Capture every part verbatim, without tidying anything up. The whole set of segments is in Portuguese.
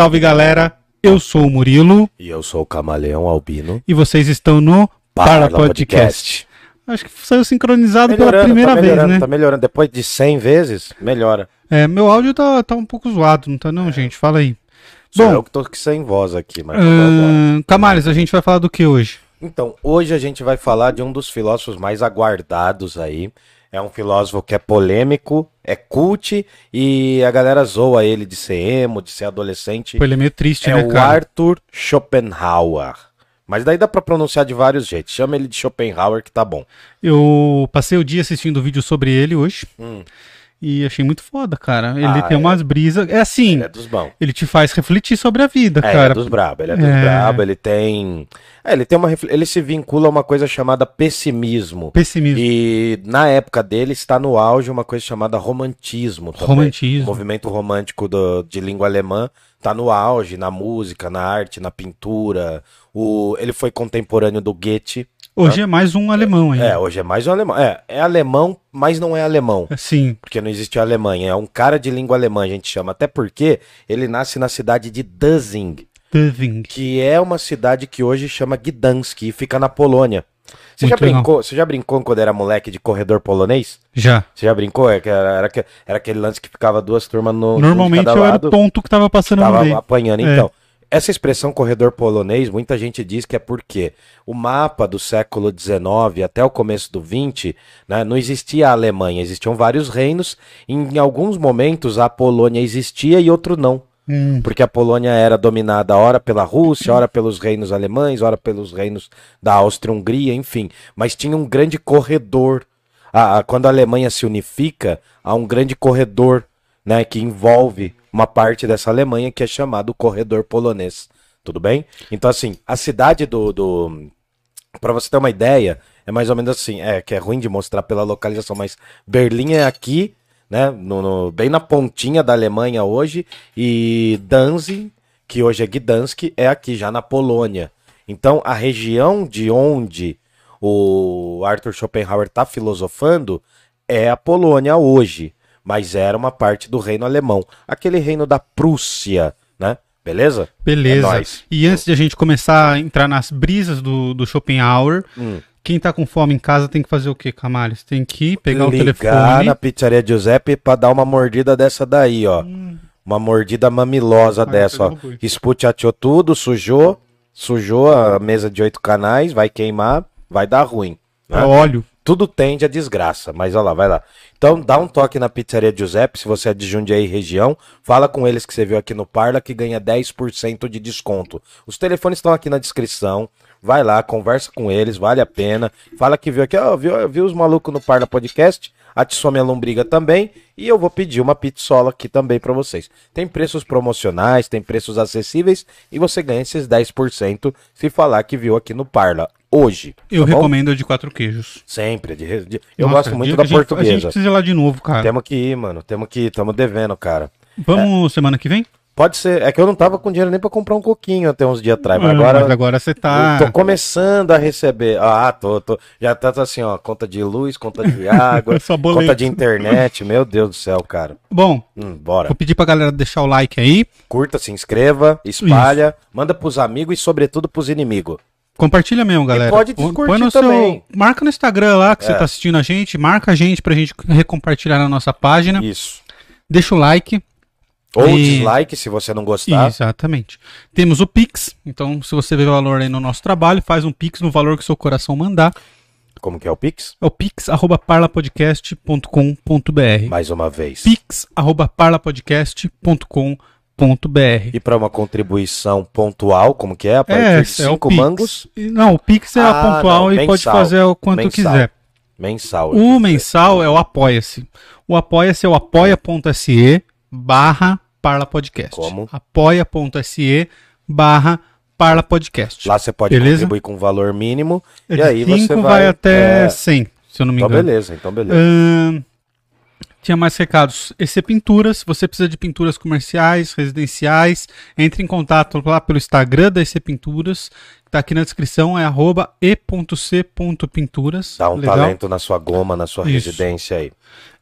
Salve galera, eu sou o Murilo. E eu sou o Camaleão Albino. E vocês estão no Parla Podcast. Podcast. Acho que saiu sincronizado melhorando, pela primeira tá vez, né? Tá melhorando, depois de cem vezes, melhora. É, meu áudio tá, tá um pouco zoado, não tá não, é. gente? Fala aí. Sou Bom, eu que tô sem voz aqui, mas... Uh, Camales, a gente vai falar do que hoje? Então, hoje a gente vai falar de um dos filósofos mais aguardados aí. É um filósofo que é polêmico, é cult, e a galera zoa ele de ser emo, de ser adolescente. Pô, ele é meio triste, é né, o cara? Arthur Schopenhauer. Mas daí dá pra pronunciar de vários jeitos. Chama ele de Schopenhauer que tá bom. Eu passei o dia assistindo um vídeo sobre ele hoje. Hum. E achei muito foda, cara. Ele ah, tem é. umas brisas. É assim. Ele é dos bons. Ele te faz refletir sobre a vida, é, cara. Ele é dos brabo, ele é dos é... brabo, ele tem. É, ele tem uma. Ele se vincula a uma coisa chamada pessimismo. Pessimismo. E na época dele está no auge uma coisa chamada romantismo também. Romantismo. O movimento romântico do, de língua alemã está no auge, na música, na arte, na pintura. O, ele foi contemporâneo do Goethe. Hoje né? é mais um alemão aí. É, hoje é mais um alemão. É, é alemão, mas não é alemão. Sim. Porque não existe a Alemanha. É um cara de língua alemã, a gente chama. Até porque ele nasce na cidade de Dösing. Dösing. Que é uma cidade que hoje chama Gdansk e fica na Polônia. Você já, Muito brincou, você já brincou quando era moleque de corredor polonês? Já. Você já brincou? Era, era, era aquele lance que ficava duas turmas no Normalmente no de cada eu lado, era o tonto que tava passando tava no meio. apanhando. É. Então, essa expressão corredor polonês, muita gente diz que é porque o mapa do século dezenove até o começo do vinte, né, não existia a Alemanha, existiam vários reinos. Em alguns momentos a Polônia existia e outro não. Hum. Porque a Polônia era dominada ora pela Rússia, ora pelos reinos alemães, ora pelos reinos da Áustria-Hungria, enfim. Mas tinha um grande corredor. Ah, quando a Alemanha se unifica, há um grande corredor, né, que envolve uma parte dessa Alemanha que é chamado corredor polonês. Tudo bem? Então, assim, a cidade do... do... Para você ter uma ideia, é mais ou menos assim, é que é ruim de mostrar pela localização, mas Berlim é aqui, né, no, no, bem na pontinha da Alemanha hoje, e Danzig, que hoje é Gdansk, é aqui já na Polônia. Então a região de onde o Arthur Schopenhauer está filosofando é a Polônia hoje, mas era uma parte do reino alemão, aquele reino da Prússia, né? Beleza? Beleza. É nóis. E antes de a gente começar a entrar nas brisas do, do Schopenhauer, hum. quem tá com fome em casa tem que fazer o quê, Camales? Tem que pegar Ligar o telefone. Ligar na pizzaria Giuseppe pra dar uma mordida dessa daí, ó. Hum. Uma mordida mamilosa ah, dessa, ó. Esputeou tudo, sujou, sujou a mesa de oito canais, vai queimar, vai dar ruim. Né? É óleo. Tudo tende a desgraça, mas olha lá, vai lá. Então dá um toque na pizzaria Giuseppe, se você é de Jundiaí região, fala com eles que você viu aqui no Parla que ganha dez por cento de desconto. Os telefones estão aqui na descrição. Vai lá, conversa com eles, vale a pena. Fala que viu aqui, ó, viu, viu os malucos no Parla Podcast, atiçou minha lombriga também, e eu vou pedir uma pizzola aqui também pra vocês. Tem preços promocionais, tem preços acessíveis, e você ganha esses dez por cento se falar que viu aqui no Parla hoje. Eu tá recomendo a de quatro queijos. Sempre. De, de, eu Nossa, gosto muito de, da a gente, portuguesa. A gente precisa ir lá de novo, cara. Temos que ir, mano. Temos que ir. Tamo devendo, cara. Vamos é. semana que vem? Pode ser, é que eu não tava com dinheiro nem pra comprar um coquinho até uns dias atrás, mas ah, agora... Mas agora você tá... Tô começando a receber, ah, tô, tô, já tá assim, ó, conta de luz, conta de água, conta de internet, meu Deus do céu, cara. Bom, hum, bora. Vou pedir pra galera deixar o like aí. Curta, se inscreva, espalha, Isso. manda pros amigos e sobretudo pros inimigos. Compartilha mesmo, galera. E pode descurtir Põe no também. Seu... Marca no Instagram lá que é. você tá assistindo a gente, marca a gente pra gente recompartilhar na nossa página. Isso. Deixa o like. Ou e... dislike se você não gostar. Exatamente. Temos o Pix, então se você vê valor aí no nosso trabalho, faz um Pix no valor que o seu coração mandar. Como que é o Pix? É o pix arroba parlapodcast ponto com ponto br. Mais uma vez. pix arroba parlapodcast ponto com ponto br. E para uma contribuição pontual, como que é? A partir é, de cinco é mangos? Não, o Pix é ah, a pontual não, e mensal, pode fazer o quanto mensal. quiser. Mensal. O mensal é o Apoia-se. O Apoia-se é o apoia.se barra Parla Podcast. Como? apoia.se barra Parla Podcast. Lá você pode beleza? contribuir com valor mínimo. É e aí você vai... vai até é... cem, se eu não me então engano. Beleza, então beleza. Hum, Tinha mais recados. E C Pinturas, se você precisa de pinturas comerciais, residenciais, entre em contato lá pelo Instagram da E C Pinturas, que tá aqui na descrição, é arroba e ponto c ponto pinturas. Dá um Legal? talento na sua goma, na sua Isso. residência aí.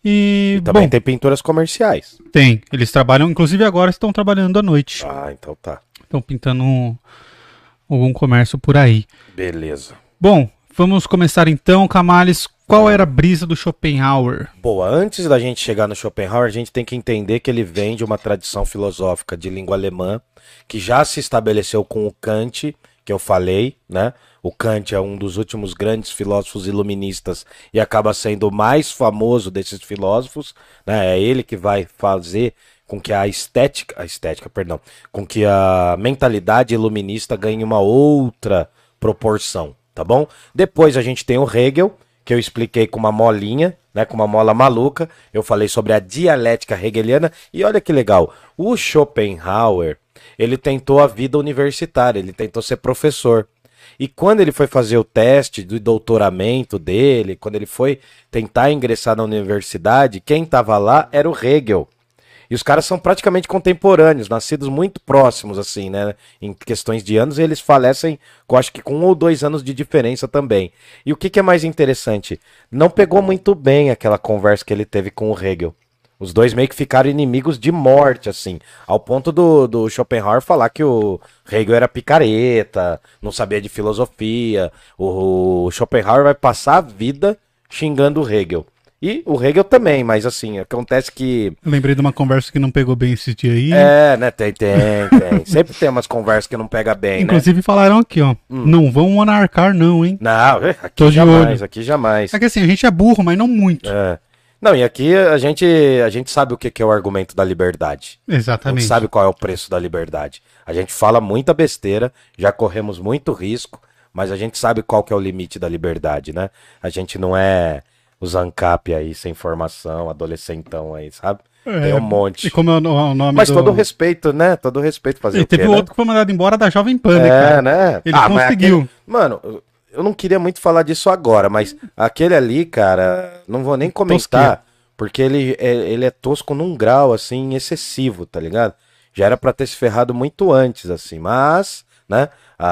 E, E também bom, tem pinturas comerciais. tem. Eles trabalham, inclusive agora estão trabalhando à noite. Ah, então tá. Estão pintando um- algum comércio por aí. Beleza. Bom, vamos começar então, Camales. Qual era a brisa do Schopenhauer? Boa, antes da gente chegar no Schopenhauer, a gente tem que entender que ele vem de uma tradição filosófica de língua alemã, que já se estabeleceu com o Kant, que eu falei, né? O Kant é um dos últimos grandes filósofos iluministas e acaba sendo o mais famoso desses filósofos, né? É ele que vai fazer com que a estética, a estética, perdão, com que a mentalidade iluminista ganhe uma outra proporção, tá bom? Depois a gente tem o Hegel, que eu expliquei com uma molinha, né, com uma mola maluca. Eu falei sobre a dialética hegeliana e olha que legal, o Schopenhauer, ele tentou a vida universitária, ele tentou ser professor. E quando ele foi fazer o teste do doutoramento dele, quando ele foi tentar ingressar na universidade, quem estava lá era o Hegel. E os caras são praticamente contemporâneos, nascidos muito próximos, assim, né? Em questões de anos, e eles falecem, com, acho que com um ou dois anos de diferença também. E o que, que é mais interessante? Não pegou muito bem aquela conversa que ele teve com o Hegel. Os dois meio que ficaram inimigos de morte, assim. Ao ponto do, do Schopenhauer falar que o Hegel era picareta, não sabia de filosofia. O, o Schopenhauer vai passar a vida xingando o Hegel. E o Hegel também, mas assim, acontece que... Eu lembrei de uma conversa que não pegou bem esse dia aí. É, né, tem, tem, tem. Sempre tem umas conversas que não pega bem, Inclusive né? falaram aqui, ó. Hum. Não vão monarcar não, hein? Não, aqui Tô de jamais, olho. aqui jamais. É que assim, a gente é burro, mas não muito. É. Não, e aqui a gente, a gente sabe o que que é o argumento da liberdade. A Exatamente. gente sabe qual é o preço da liberdade. A gente fala muita besteira, já corremos muito risco, mas a gente sabe qual que é o limite da liberdade, né? A gente não é os ANCAP aí, sem formação, adolescentão aí, sabe? É, Tem um monte. E como é o no- o nome Mas do... todo respeito, né? Todo respeito fazer E o quê, teve né? outro que foi mandado embora da Jovem Pan, né, É, cara? né? Ele mas conseguiu. aquele- Mano, eu- eu não queria muito falar disso agora, mas aquele ali, cara, não vou nem comentar, porque ele é, ele é tosco num grau, assim, excessivo, tá ligado? Já era pra ter se ferrado muito antes, assim, mas, né,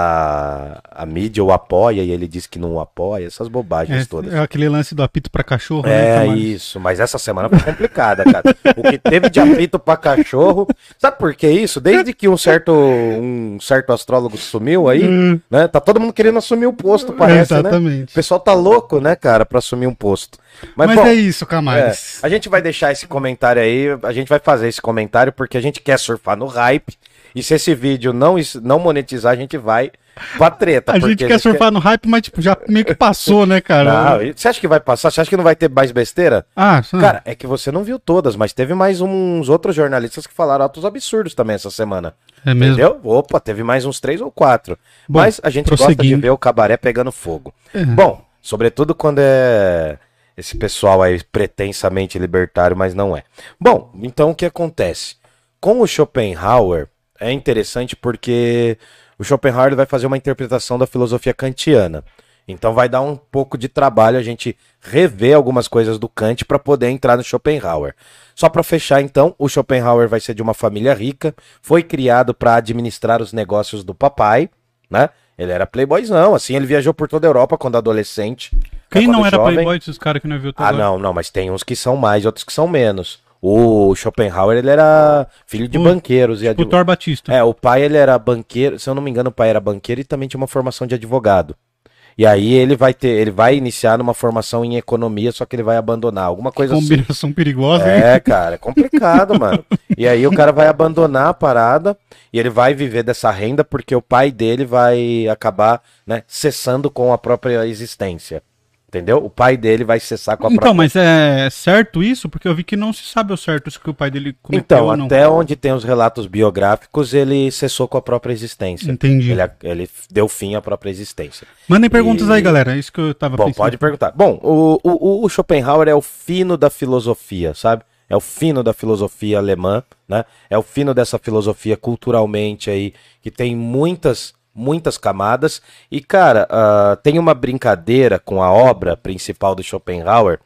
a, a mídia o apoia e ele diz que não o apoia, essas bobagens todas. É, é aquele lance do apito pra cachorro, né? É Camales? isso, mas essa semana foi complicada, cara. O que teve de apito pra cachorro. Sabe por que isso? Desde que um certo, um certo astrólogo sumiu aí, Hum. né? Tá todo mundo querendo assumir o posto, parece, né? Exatamente. O pessoal tá louco, né, cara, pra assumir um posto. Mas, Mas bom, é isso, é, Camales. a gente vai deixar esse comentário aí, a gente vai fazer esse comentário porque a gente quer surfar no hype. E se esse vídeo não, não monetizar, a gente vai pra treta. A porque gente quer surfar no hype, mas tipo, já meio que passou, né, cara? Não, e você acha que vai passar? Você acha que não vai ter mais besteira? Ah, só- Cara, é que você não viu todas, mas teve mais uns outros jornalistas que falaram altos absurdos também essa semana. é mesmo. Entendeu? Opa, teve mais uns três ou quatro. Bom, mas a gente gosta de prosseguindo. ver o cabaré pegando fogo. É. Bom, sobretudo quando é esse pessoal aí pretensamente libertário, mas não é. Bom, então o que acontece? Com o Schopenhauer, é interessante porque o Schopenhauer vai fazer uma interpretação da filosofia kantiana. Então vai dar um pouco de trabalho a gente rever algumas coisas do Kant para poder entrar no Schopenhauer. Só para fechar então, o Schopenhauer vai ser de uma família rica, foi criado para administrar os negócios do papai, né? Ele era playboyzão, assim, ele viajou por toda a Europa quando adolescente. Quem Quando não era jovem- playboy desses caras que não viu Ah, não, não, mas tem uns que são mais, outros que são menos. O Schopenhauer, ele era filho de O- banqueiros. E O adv... Thor Batista. É, o pai, ele era banqueiro, se eu não me engano, o pai era banqueiro e também tinha uma formação de advogado. E aí ele vai ter, ele vai iniciar numa formação em economia, só que ele vai abandonar, alguma coisa assim. Combinação perigosa, hein? É, cara, é complicado, mano. E aí o cara vai abandonar a parada e ele vai viver dessa renda porque o pai dele vai acabar, né, cessando com a própria existência. Entendeu? O pai dele vai cessar com a Então, própria... mas é certo isso? Porque eu vi que não se sabe ao certo se que o pai dele cometeu Então, ou não. até onde tem os relatos biográficos, ele cessou com a própria existência. Entendi. Ele, ele deu fim à própria existência. Mandem perguntas E- aí, galera. É isso que eu tava Bom, pensando. pode perguntar. Bom, o, o, o Schopenhauer é o fino da filosofia, sabe? É o fino da filosofia alemã, né? É o fino dessa filosofia culturalmente aí, que tem muitas, muitas camadas. E, cara, ah, tem uma brincadeira com a obra principal do Schopenhauer,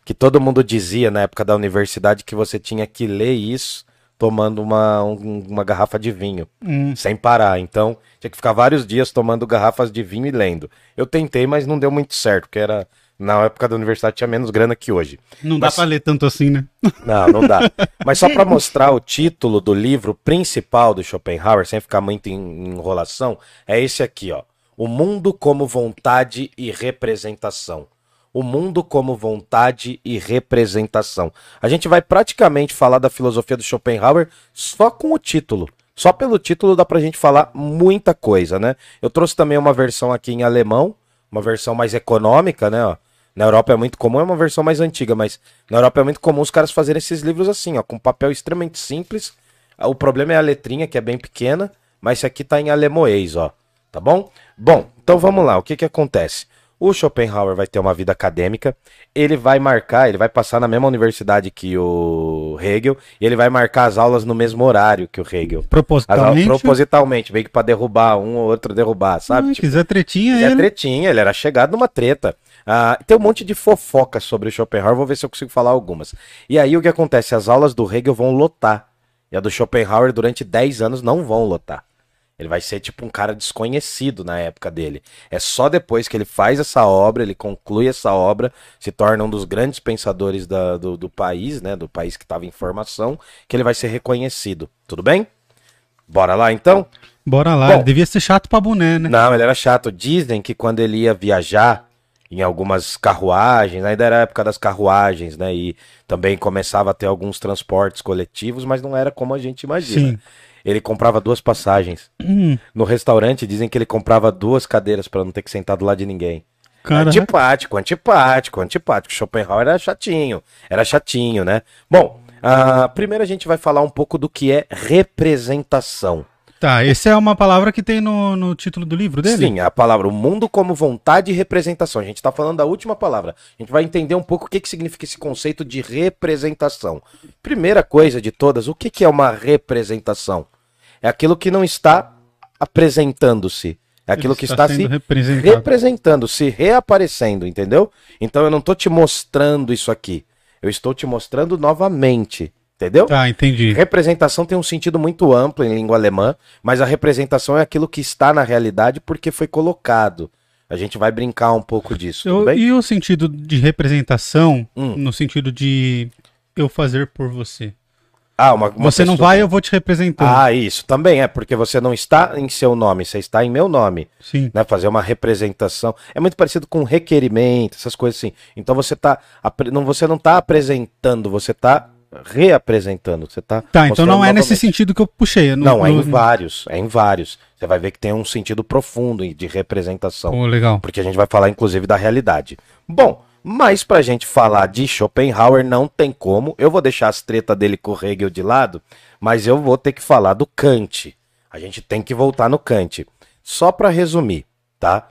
que todo mundo dizia na época da universidade que você tinha que ler isso tomando uma, um- uma garrafa de vinho, Hum. sem parar. Então, tinha que ficar vários dias tomando garrafas de vinho e lendo. Eu tentei, mas não deu muito certo, porque era, na época da universidade tinha menos grana que hoje. Não dá Mas- pra ler tanto assim, né? Não, não dá. Mas só para mostrar o título do livro principal do Schopenhauer, sem ficar muito em enrolação, é esse aqui, ó. O mundo como vontade e representação. O mundo como vontade e representação. A gente vai praticamente falar da filosofia do Schopenhauer só com o título. Só pelo título dá pra gente falar muita coisa, né? Eu trouxe também uma versão aqui em alemão, uma versão mais econômica, né? Ó. Na Europa é muito comum, é uma versão mais antiga, mas na Europa é muito comum os caras fazerem esses livros assim, ó, com papel extremamente simples. O problema é a letrinha, que é bem pequena, mas esse aqui tá em alemoês, ó. Tá bom? Bom, então vamos lá. O que que acontece? O Schopenhauer vai ter uma vida acadêmica, ele vai marcar, ele vai passar na mesma universidade que o Hegel, e ele vai marcar as aulas no mesmo horário que o Hegel. As aulas, Propositalmente. propositalmente, meio que pra derrubar um ou outro derrubar, sabe? Ah, Tipo, quiser tretinha, é ele. tretinha, ele era chegado numa treta. Ah, tem um monte de fofoca sobre o Schopenhauer, vou ver se eu consigo falar algumas. E aí o que acontece? As aulas do Hegel vão lotar. E a do Schopenhauer durante dez anos não vão lotar. Ele vai ser tipo um cara desconhecido na época dele. É só depois que ele faz essa obra, ele conclui essa obra, se torna um dos grandes pensadores da- do, do país, né? Do país que estava em formação, que ele vai ser reconhecido. Tudo bem? Bora lá então? Bora lá. Bom. Ele devia ser chato pra boné, né? Não, ele era chato. Dizem que quando ele ia viajar em algumas carruagens, ainda era a época das carruagens, né? E também começava a ter alguns transportes coletivos, mas não era como a gente imagina. Sim. Ele comprava duas passagens. Hum, No restaurante dizem que ele comprava duas cadeiras pra não ter que sentar do lado de ninguém. cara. Antipático, antipático, antipático. Schopenhauer era chatinho, era chatinho, né? Bom, ah, primeiro a gente vai falar um pouco do que é representação. Tá, essa é uma palavra que tem no, no título do livro dele? Sim, a palavra o mundo como vontade e representação. A gente está falando da última palavra. A gente vai entender um pouco o que, que significa esse conceito de representação. Primeira coisa de todas, o que, que é uma representação? É aquilo que não está apresentando-se. É aquilo Ele que está, se sendo representado. representando, se reaparecendo, entendeu? Então eu não estou te mostrando isso aqui. Eu estou te mostrando novamente. Entendeu? Tá, entendi. Representação tem um sentido muito amplo em língua alemã, mas a representação é aquilo que está na realidade porque foi colocado. A gente vai brincar um pouco disso, tudo Eu- bem? e o sentido de representação, Hum. no sentido de eu fazer por você? Ah, uma, uma Você não pessoa- vai, eu vou te representando. Ah, isso também é, porque você não está em seu nome, você está em meu nome. Sim. Né, fazer uma representação. É muito parecido com requerimento, essas coisas assim. Então você tá. apre- Não, você não está apresentando, você está reapresentando. Você tá Tá, então mostrando não é nesse novamente. sentido que eu puxei. é no- Não, é em no- vários. É em vários. Você vai ver que tem um sentido profundo de representação. Pô, legal. Porque a gente vai falar, inclusive, da realidade. Bom, mas pra gente falar de Schopenhauer não tem como. Eu vou deixar as tretas dele com o Hegel de lado, mas eu vou ter que falar do Kant. A gente tem que voltar no Kant. Só pra resumir, tá?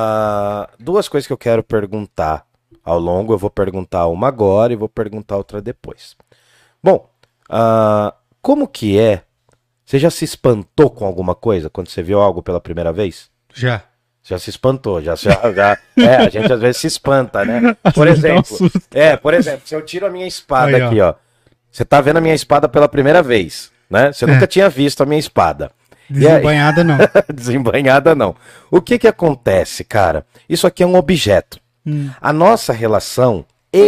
Ah, duas coisas que eu quero perguntar ao longo. Eu vou perguntar uma agora e vou perguntar outra depois. Bom, ah, como que é? Você já se espantou com alguma coisa quando você viu algo pela primeira vez? Já. Já se espantou, já, já, já- é, a gente às vezes se espanta, né? Por vezes dá um exemplo, susto. é, por exemplo, se eu tiro a minha espada Aí, ó. aqui, ó, você tá vendo a minha espada pela primeira vez, né? Você É. nunca tinha visto a minha espada. E aí- Desembanhada não. Desembanhada não. O que que acontece, cara? Isso aqui é um objeto. Hum. A nossa relação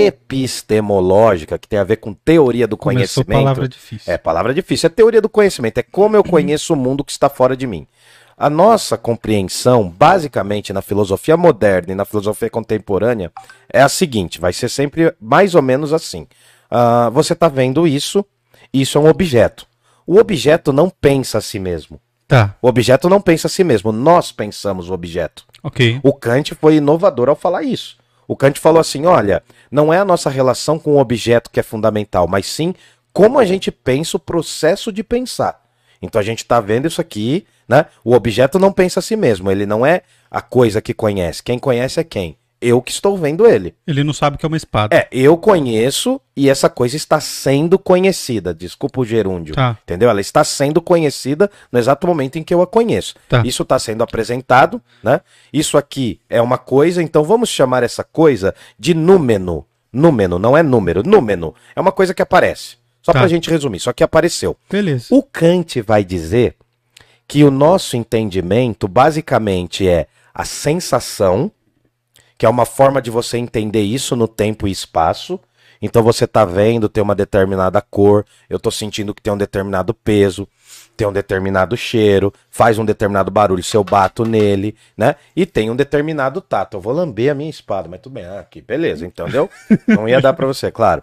epistemológica, que tem a ver com teoria do Começou conhecimento. palavra difícil. É, palavra difícil. É teoria do conhecimento. É como eu conheço o mundo que está fora de mim. A nossa compreensão, basicamente, na filosofia moderna e na filosofia contemporânea, é a seguinte: vai ser sempre mais ou menos assim. Ah, você está vendo isso, isso é um objeto. O objeto não pensa a si mesmo. Tá, O objeto não pensa a si mesmo. Nós pensamos o objeto. ok. O Kant foi inovador ao falar isso. O Kant falou assim: olha, não é a nossa relação com o objeto que é fundamental, mas sim como a gente pensa o processo de pensar. Então a gente está vendo isso aqui, né? O objeto não pensa a si mesmo, ele não é a coisa que conhece. Quem conhece é quem? Eu que estou vendo ele. Ele não sabe o que é uma espada. É, eu conheço e essa coisa está sendo conhecida. Desculpa o gerúndio. Tá. Entendeu? Ela está sendo conhecida no exato momento em que eu a conheço. Tá. Isso está sendo apresentado, né? Isso aqui é uma coisa, então vamos chamar essa coisa de númeno. Númeno, não é número. Númeno é uma coisa que aparece. Só Tá. pra gente resumir, só que apareceu. Beleza. O Kant vai dizer que o nosso entendimento basicamente é a sensação, que é uma forma de você entender isso no tempo e espaço. Então você tá vendo, tem uma determinada cor, eu tô sentindo que tem um determinado peso, tem um determinado cheiro, faz um determinado barulho se eu bato nele, né? E tem um determinado tato. Eu vou lamber a minha espada, mas tudo bem, ah, aqui, beleza, entendeu? Não ia dar pra você, claro.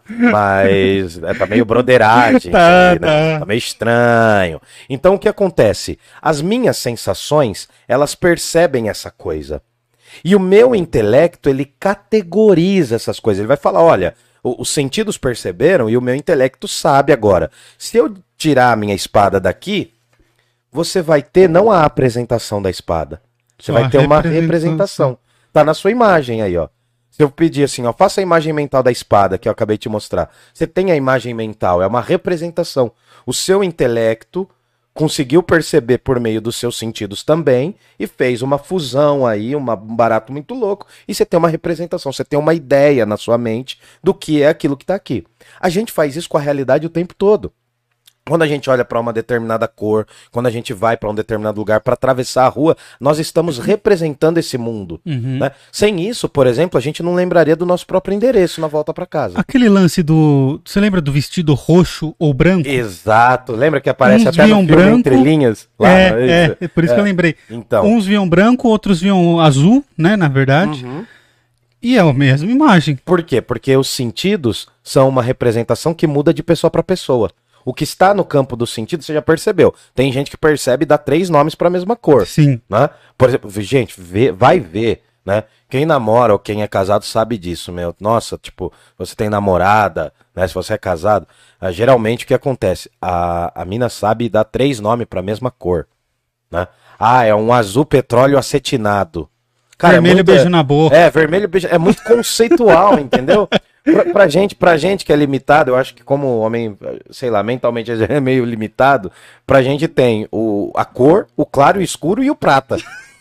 Mas é, tá meio broderagem, Tá, aqui, né? tá. Tá meio estranho. Então o que acontece? As minhas sensações, elas percebem essa coisa. E o meu intelecto, ele categoriza essas coisas. Ele vai falar, olha, o- os sentidos perceberam e o meu intelecto sabe agora. Se eu tirar a minha espada daqui, você vai ter não a apresentação da espada. Você Só vai a ter uma representação. representação. Tá na sua imagem aí, ó. Se eu pedir assim, ó, faça a imagem mental da espada que eu acabei de te mostrar. Você tem a imagem mental, é uma representação. O seu intelecto conseguiu perceber por meio dos seus sentidos também e fez uma fusão aí, uma- um barato muito louco. E você tem uma representação, você tem uma ideia na sua mente do que é aquilo que está aqui. A gente faz isso com a realidade o tempo todo. Quando a gente olha para uma determinada cor, quando a gente vai para um determinado lugar para atravessar a rua, nós estamos representando esse mundo. Uhum. Né? Sem isso, por exemplo, a gente não lembraria do nosso próprio endereço na volta para casa. Aquele lance do. Você lembra do vestido roxo ou branco? Exato. Lembra que aparece Uns até no viam filme branco, Entre Linhas? Lá, é, não é, isso? é por isso que eu lembrei. Então. Uns viam branco, outros viam azul, né? Na verdade. Uhum. E é a mesma imagem. Por quê? Porque os sentidos são uma representação que muda de pessoa para pessoa. O que está no campo dos sentidos, você já percebeu. Tem gente que percebe e dá três nomes para a mesma cor. Sim. Né? Por exemplo, gente, vê, vai ver, né? Quem namora ou quem é casado sabe disso, meu. Nossa, tipo, você tem namorada, né? Se você é casado, ah, geralmente o que acontece? A, a mina sabe dar três nomes para a mesma cor, né? Ah, é um azul petróleo acetinado. Vermelho, é muito- beijo na boca. É, vermelho beijo. É muito conceitual, entendeu? Pra, pra gente, pra gente que é limitado, eu acho que como homem, sei lá, mentalmente é meio limitado, pra gente tem o, a cor, o claro e o escuro e o prata.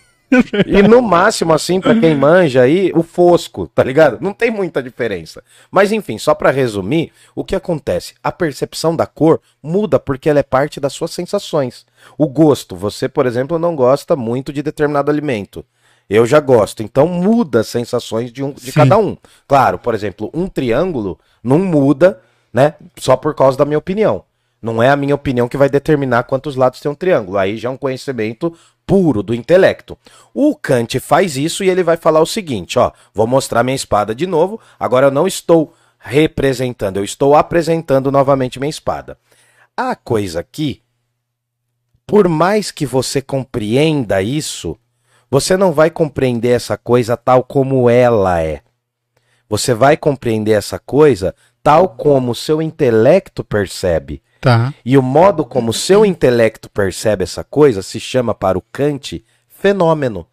E no máximo, assim, pra quem manja aí, o fosco, tá ligado? Não tem muita diferença. Mas enfim, só pra resumir, o que acontece? A percepção da cor muda porque ela é parte das suas sensações. O gosto, você, por exemplo, não gosta muito de determinado alimento. Eu já gosto, então muda as sensações de, um, de Sim. cada um. Claro, por exemplo, um triângulo não muda, né? Só por causa da minha opinião. Não é a minha opinião que vai determinar quantos lados tem um triângulo. Aí já é um conhecimento puro do intelecto. O Kant faz isso e ele vai falar o seguinte, ó, vou mostrar minha espada de novo. Agora eu não estou representando, eu estou apresentando novamente minha espada. A coisa aqui, por mais que você compreenda isso, você não vai compreender essa coisa tal como ela é. Você vai compreender essa coisa tal como o seu intelecto percebe. Tá. E o modo como o seu intelecto percebe essa coisa se chama para o Kant fenômeno.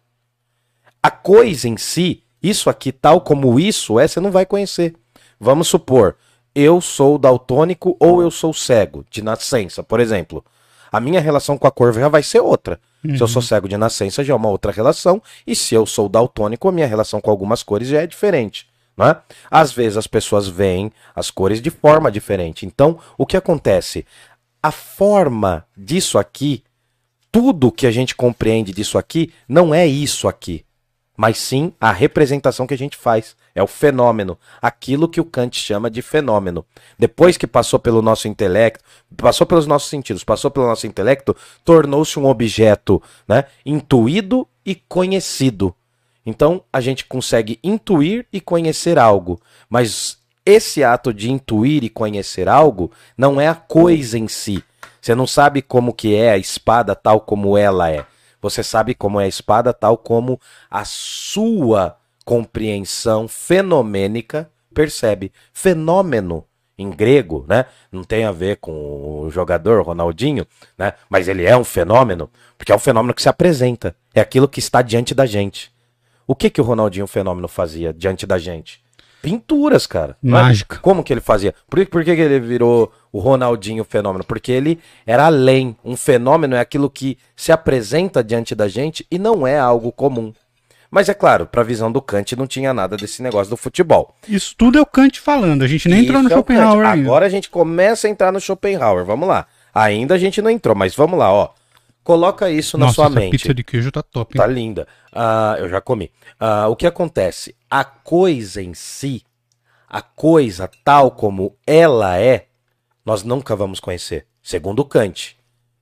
A coisa em si, isso aqui tal como isso é, você não vai conhecer. Vamos supor, eu sou daltônico ou eu sou cego de nascença, por exemplo. A minha relação com a cor já vai ser outra. Se eu sou cego de nascença, já é uma outra relação. E se eu sou daltônico, a minha relação com algumas cores já é diferente. Não é? Às vezes as pessoas veem as cores de forma diferente. Então, o que acontece? A forma disso aqui, tudo que a gente compreende disso aqui, não é isso aqui. Mas sim a representação que a gente faz. É o fenômeno. Aquilo que o Kant chama de fenômeno. Depois que passou pelo nosso intelecto, passou pelos nossos sentidos, passou pelo nosso intelecto, tornou-se um objeto, né, intuído e conhecido. Então a gente consegue intuir e conhecer algo. Mas esse ato de intuir e conhecer algo não é a coisa em si. Você não sabe como que é a espada tal como ela é. Você sabe como é a espada tal como a sua compreensão fenomênica percebe. Fenômeno, em grego, né? Não tem a ver com o jogador Ronaldinho, né? Mas ele é um fenômeno, porque é um fenômeno que se apresenta. É aquilo que está diante da gente. O que que o Ronaldinho Fenômeno fazia diante da gente? Pinturas, cara. Mágica. Como que ele fazia? Por, por que que ele virou o Ronaldinho Fenômeno? Porque ele era além. Um fenômeno é aquilo que se apresenta diante da gente e não é algo comum. Mas é claro, para a visão do Kant não tinha nada desse negócio do futebol. Isso tudo é o Kant falando, a gente nem Isso entrou no é o Schopenhauer Kant. ainda. Agora a gente começa a entrar no Schopenhauer, vamos lá. Ainda a gente não entrou, mas vamos lá, ó. Coloca isso na Nossa, sua essa mente. pizza de queijo tá top, hein? Tá linda. Ah, eu já comi. Ah, o que acontece? A coisa em si, a coisa tal como ela é, nós nunca vamos conhecer, segundo Kant.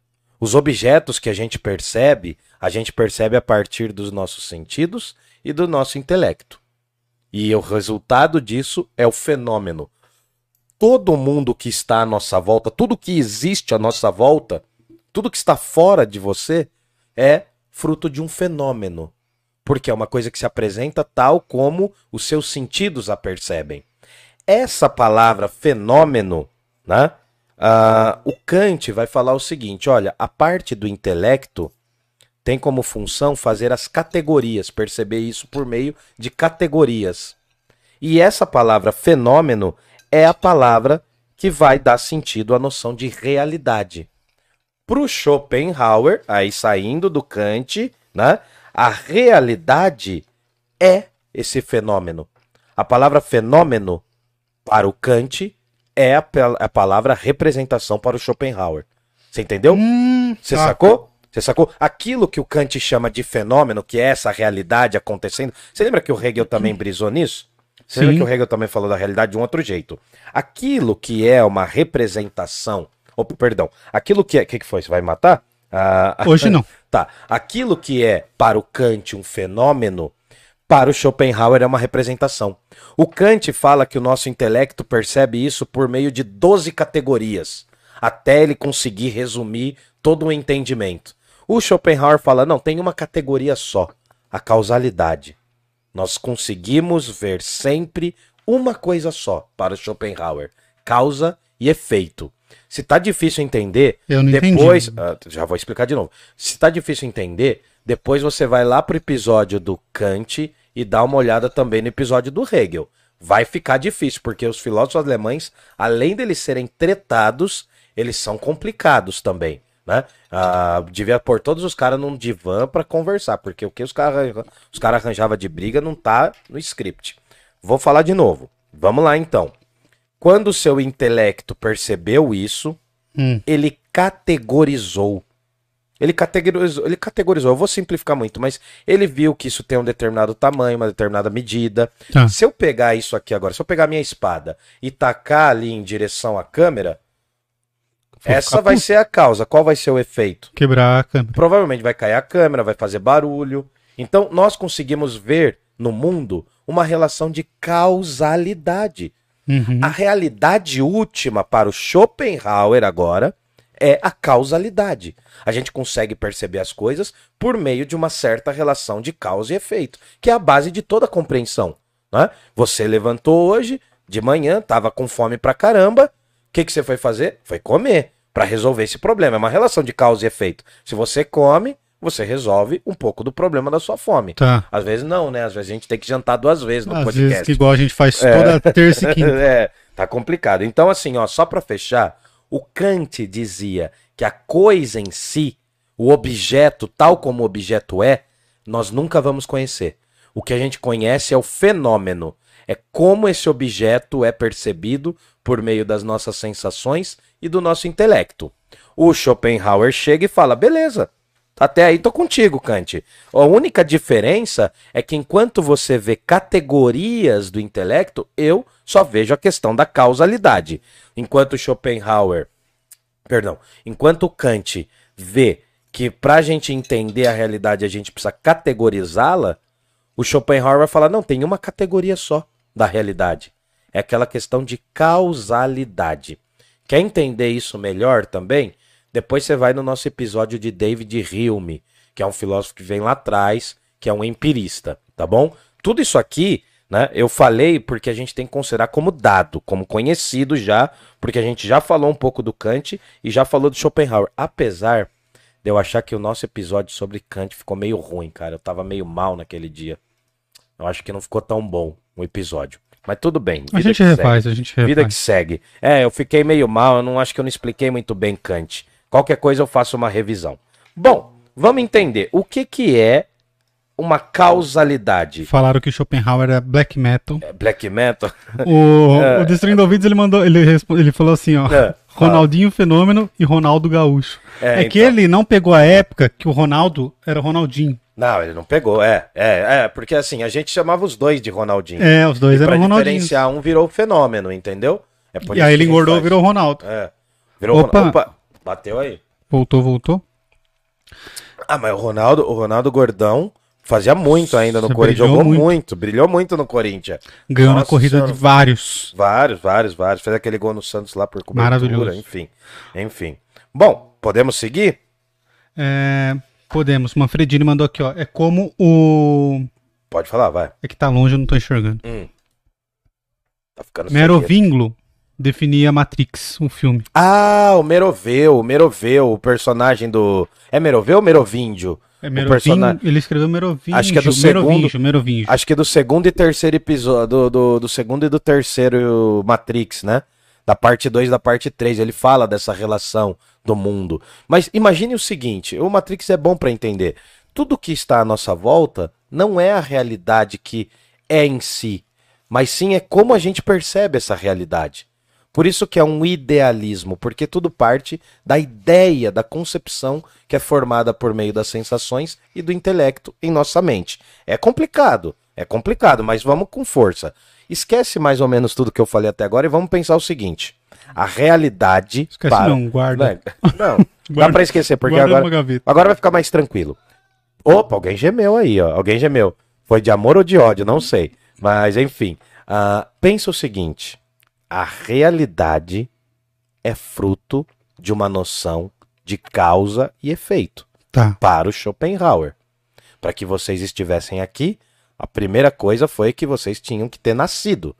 Os objetos que a gente percebe, a gente percebe a partir dos nossos sentidos e do nosso intelecto. E o resultado disso é o fenômeno. Todo mundo que está à nossa volta, tudo que existe à nossa volta, tudo que está fora de você é fruto de um fenômeno. Porque é uma coisa que se apresenta tal como os seus sentidos a percebem. Essa palavra fenômeno, né? Uh, o Kant vai falar o seguinte, olha, a parte do intelecto tem como função fazer as categorias, perceber isso por meio de categorias. E essa palavra fenômeno é a palavra que vai dar sentido à noção de realidade. Para o Schopenhauer, aí saindo do Kant, né, a realidade é esse fenômeno. A palavra fenômeno para o Kant é a, a palavra representação para o Schopenhauer. Você entendeu? Hum, Você tá. sacou? Você sacou? Aquilo que o Kant chama de fenômeno, que é essa realidade acontecendo. Você lembra que o Hegel também brisou nisso? Você Sim. lembra que o Hegel também falou da realidade de um outro jeito? Aquilo que é uma representação. Oh, perdão. Aquilo que é. O que, que foi? Você vai me matar? Ah, Hoje não. Tá. Aquilo que é para o Kant um fenômeno, para o Schopenhauer é uma representação. O Kant fala que o nosso intelecto percebe isso por meio de doze categorias, até ele conseguir resumir todo o entendimento. O Schopenhauer fala, não, tem uma categoria só, a causalidade. Nós conseguimos ver sempre uma coisa só para o Schopenhauer, causa e efeito. Se tá difícil entender, Eu não depois... entendi. Ah, já vou explicar de novo. Se tá difícil entender, depois você vai lá pro episódio do Kant e dá uma olhada também no episódio do Hegel. Vai ficar difícil, porque os filósofos alemães, além deles serem tretados, eles são complicados também, né? Ah, devia pôr todos os caras num divã para conversar, porque o que os caras os cara arranjavam de briga não tá no script. Vou falar de novo. Vamos lá, então. Quando o seu intelecto percebeu isso, Hum. ele categorizou. Ele categorizou, ele categorizou, eu vou simplificar muito, mas ele viu que isso tem um determinado tamanho, uma determinada medida. Tá. Se eu pegar isso aqui agora, se eu pegar minha espada e tacar ali em direção à câmera, Vou essa ficar vai puto. ser a causa. Qual vai ser o efeito? Quebrar a câmera. Provavelmente vai cair a câmera, vai fazer barulho. Então, nós conseguimos ver no mundo uma relação de causalidade. Uhum. A realidade última para o Schopenhauer agora é a causalidade. A gente consegue perceber as coisas por meio de uma certa relação de causa e efeito, que é a base de toda a compreensão, né? Você levantou hoje, de manhã, estava com fome pra caramba, o que, que você foi fazer? Foi comer, para resolver esse problema. É uma relação de causa e efeito. Se você come, você resolve um pouco do problema da sua fome. Tá. Às vezes não, né? Às vezes a gente tem que jantar duas vezes no Às podcast. vezes que igual a gente faz É. toda terça e quinta. É, tá complicado. Então, assim, ó, só pra fechar, o Kant dizia que a coisa em si, o objeto, tal como o objeto é, nós nunca vamos conhecer. O que a gente conhece é o fenômeno. É como esse objeto é percebido por meio das nossas sensações e do nosso intelecto. O Schopenhauer chega e fala, beleza, até aí tô contigo, Kant. A única diferença é que enquanto você vê categorias do intelecto, eu só vejo a questão da causalidade. Enquanto Schopenhauer, perdão, enquanto Kant vê que para a gente entender a realidade a gente precisa categorizá-la, o Schopenhauer vai falar, não, tem uma categoria só da realidade. É aquela questão de causalidade. Quer entender isso melhor também? Depois você vai no nosso episódio de David Hume, que é um filósofo que vem lá atrás, que é um empirista, tá bom? Tudo isso aqui, né, eu falei porque a gente tem que considerar como dado, como conhecido já, porque a gente já falou um pouco do Kant e já falou do Schopenhauer. Apesar de eu achar que o nosso episódio sobre Kant ficou meio ruim, cara. Eu tava meio mal naquele dia. Eu acho que não ficou tão bom o episódio. Mas tudo bem. A vida gente que refaz, segue. a gente refaz. Vida que segue. É, eu fiquei meio mal, eu não acho que eu não expliquei muito bem Kant. Qualquer coisa eu faço uma revisão. Bom, vamos entender o que que é uma causalidade. Falaram que Schopenhauer era black metal. É black metal? O, É. o Destruindo Ouvidos, ele mandou, ele, respo- ele falou assim, ó, É, Ronaldinho Fenômeno e Ronaldo Gaúcho. É, É, que então. ele não pegou a época que o Ronaldo era Ronaldinho. Não, ele não pegou, é, é, é, porque assim, a gente chamava os dois de Ronaldinho. É, os dois e pra eram Ronaldinhos. diferenciar um virou fenômeno, entendeu? É por E isso aí que ele a gente engordou, faz. virou Ronaldo. É. Virou Opa. Ronaldo. Opa, bateu aí. Voltou, voltou. Ah, mas o Ronaldo, o Ronaldo Gordão fazia muito ainda no Nossa, Corinthians, brilhou jogou muito. muito. brilhou muito no Corinthians. Ganhou na Nossa corrida Senhora. de vários. Vários, vários, vários. Fez aquele gol no Santos lá por cobertura, Maravilhoso. enfim. Enfim. Bom, podemos seguir? É, podemos. Manfredini mandou aqui, ó. É como o... Pode falar, vai. É que tá longe, eu não tô enxergando. Hum. Tá ficando cegueira. Merovinglo definia Matrix, um filme. Ah, o Meroveu, o Meroveu, o personagem do... É Meroveu ou Merovíndio? É O Merovingio, personagem- ele escreveu Merovingio. Acho que é do segundo- Merovingio, Merovingio. Acho que é do segundo e terceiro episódio, do, do, do segundo e do terceiro Matrix, né? Da parte dois e da parte três, ele fala dessa relação do mundo. Mas imagine o seguinte, o Matrix é bom pra entender. Tudo que está à nossa volta não é a realidade que é em si, mas sim é como a gente percebe essa realidade. Por isso que é um idealismo, porque tudo parte da ideia, da concepção que é formada por meio das sensações e do intelecto em nossa mente. É complicado, é complicado, mas vamos com força. Esquece mais ou menos tudo que eu falei até agora e vamos pensar o seguinte. A realidade... Esquece não, guarda. Não, não dá Guarda- pra esquecer, porque guarda agora, numa gaveta. agora vai ficar mais tranquilo. Opa, alguém gemeu aí, ó. Alguém gemeu. Foi de amor ou de ódio, não sei. Mas, enfim. ah, pensa o seguinte. A realidade é fruto de uma noção de causa e efeito. Tá. Para o Schopenhauer. Para que vocês estivessem aqui, a primeira coisa foi que vocês tinham que ter nascido.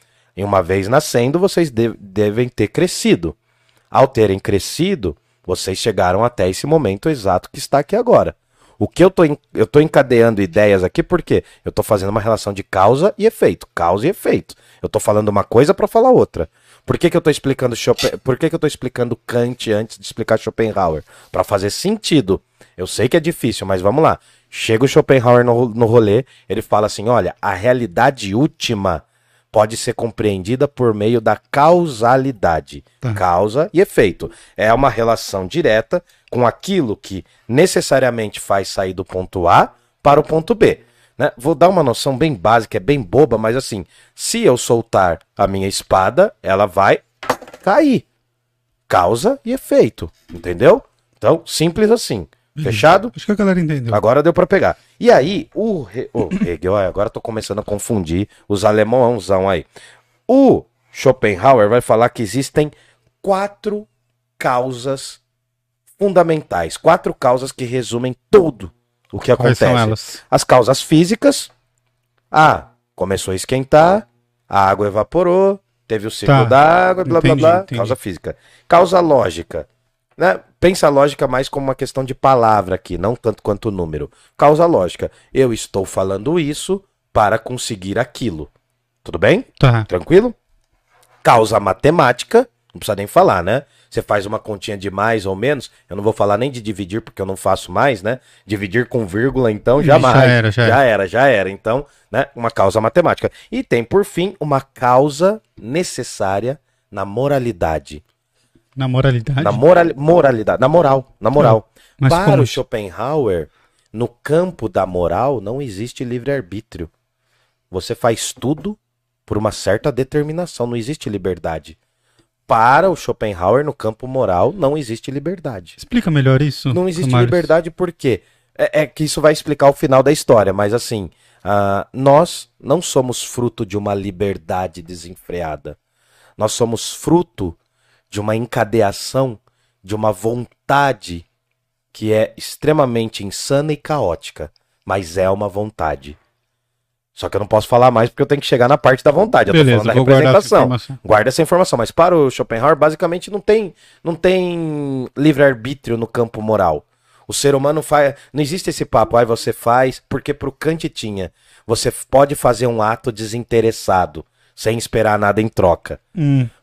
E uma vez nascendo, vocês de- devem ter crescido. Ao terem crescido, vocês chegaram até esse momento exato que está aqui agora. O que eu tô, en- eu tô encadeando ideias aqui porque eu tô fazendo uma relação de causa e efeito. Causa e efeito. Eu tô falando uma coisa para falar outra. Por que, que eu tô explicando Schopen... Por que, que eu tô explicando Kant antes de explicar Schopenhauer? Para fazer sentido. Eu sei que é difícil, mas vamos lá. Chega o Schopenhauer no, no rolê, ele fala assim, olha, a realidade última pode ser compreendida por meio da causalidade. Tá. Causa e efeito. É uma relação direta com aquilo que necessariamente faz sair do ponto A para o ponto B. Né? Vou dar uma noção bem básica, é bem boba, mas assim, se eu soltar a minha espada, ela vai cair. Causa e efeito, entendeu? Então, simples assim. Fechado? Acho que a galera entendeu. Agora deu pra pegar. E aí, o, He- o Hegel, ó, agora tô começando a confundir os alemãozão aí. O Schopenhauer vai falar que existem quatro causas fundamentais, quatro causas que resumem tudo o que Quais acontece. são elas? As causas físicas. Ah, começou a esquentar, a água evaporou, teve o ciclo Tá. da água, blá Entendi, blá blá. entendi. Causa física. Causa lógica. Né? Pensa a lógica mais como uma questão de palavra aqui, não tanto quanto o número. Causa lógica. Eu estou falando isso para conseguir aquilo. Tudo bem? Tá. Tranquilo? Causa matemática, não precisa nem falar, né? Você faz uma continha de mais ou menos, eu não vou falar nem de dividir, porque eu não faço mais, né? Dividir com vírgula, então, jamais. Já era, já já era. era, já era. Então, né? Uma causa matemática. E tem, por fim, uma causa necessária na moralidade. Na moralidade. Na moral, moralidade, na moral, na moral. Mas Para como o isso? Schopenhauer, no campo da moral não existe livre-arbítrio. Você faz tudo por uma certa determinação, não existe liberdade. Para o Schopenhauer, no campo moral, não existe liberdade. Explica melhor isso. Não existe Camales. liberdade por quê? É, é que isso vai explicar o final da história, mas assim, ah, nós não somos fruto de uma liberdade desenfreada. Nós somos fruto de uma encadeação, de uma vontade que é extremamente insana e caótica, mas é uma vontade. Só que eu não posso falar mais porque eu tenho que chegar na parte da vontade. Eu tô Beleza, falando da vou guardar essa representação. informação. Guarda essa informação. Mas para o Schopenhauer, basicamente, não tem, não tem livre-arbítrio no campo moral. O ser humano faz. Não existe esse papo, aí você faz, porque pro Kant tinha. Você pode fazer um ato desinteressado, sem esperar nada em troca. Hum,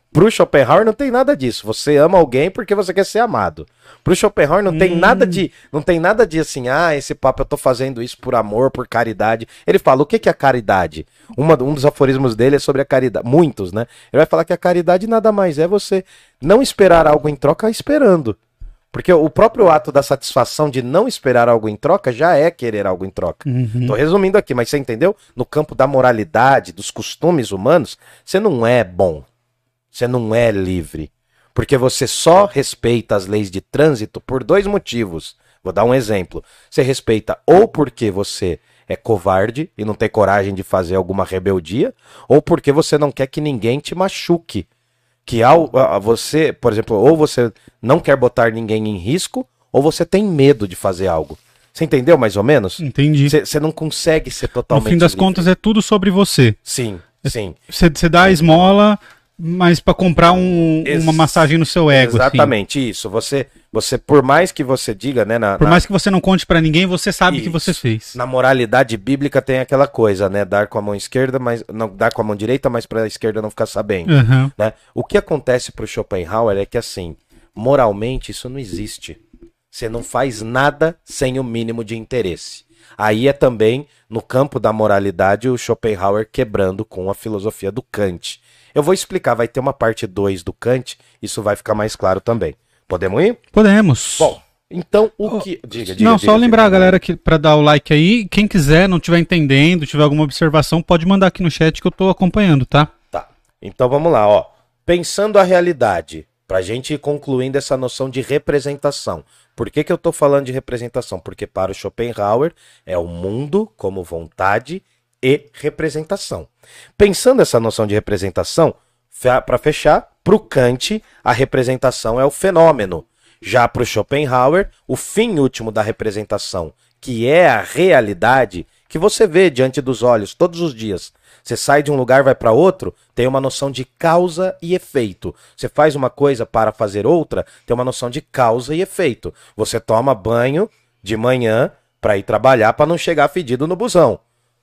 Pro Schopenhauer não tem nada disso. Você ama alguém porque você quer ser amado. Pro Schopenhauer não hum. tem nada de, não tem nada de assim, ah, esse papo eu tô fazendo isso por amor, por caridade. Ele fala, o que que é caridade? Uma, um dos aforismos dele é sobre a caridade, muitos, né? Ele vai falar que a caridade nada mais é você não esperar algo em troca esperando. Porque o próprio ato da satisfação de não esperar algo em troca já é querer algo em troca. Uhum. Tô resumindo aqui, mas você entendeu? No campo da moralidade, dos costumes humanos, você não é bom. Você não é livre. Porque você só respeita as leis de trânsito por dois motivos. Vou dar um exemplo. Você respeita ou porque você é covarde e não tem coragem de fazer alguma rebeldia, ou porque você não quer que ninguém te machuque. Que ao a, você, por exemplo, ou você não quer botar ninguém em risco, ou você tem medo de fazer algo. Você entendeu mais ou menos? Entendi. Você não consegue ser totalmente No fim das livre. contas é tudo sobre você. Sim, sim. Você dá a esmola, mas para comprar um, Ex uma massagem no seu ego. Exatamente, assim. isso. Você, você, por mais que você diga, né? Na, por na... mais que você não conte para ninguém, você sabe o que você fez. Na moralidade bíblica tem aquela coisa, né? Dar com a mão esquerda, mas não dar com a mão direita, mas para a esquerda não ficar sabendo. Uhum. Né? O que acontece pro Schopenhauer é que, assim, moralmente isso não existe. Você não faz nada sem o mínimo de interesse. Aí é também, no campo da moralidade, o Schopenhauer quebrando com a filosofia do Kant. Eu vou explicar, vai ter uma parte dois do Kant, isso vai ficar mais claro também. Podemos ir? Podemos. Bom, então o que... Diga, diga, não, diga, só diga, lembrar diga. a galera que para dar o like aí, quem quiser, não estiver entendendo, tiver alguma observação, pode mandar aqui no chat que eu tô acompanhando, tá? Tá, então vamos lá, ó. Pensando a realidade, pra gente ir concluindo essa noção de representação. Por que que eu tô falando de representação? Porque para o Schopenhauer é o mundo como vontade e representação. Pensando essa noção de representação, para fechar, para o Kant, a representação é o fenômeno. Já para o Schopenhauer, o fim último da representação, que é a realidade que você vê diante dos olhos todos os dias. Você sai de um lugar, vai para outro, tem uma noção de causa e efeito. Você faz uma coisa para fazer outra, tem uma noção de causa e efeito. Você toma banho de manhã para ir trabalhar para não chegar fedido no busão.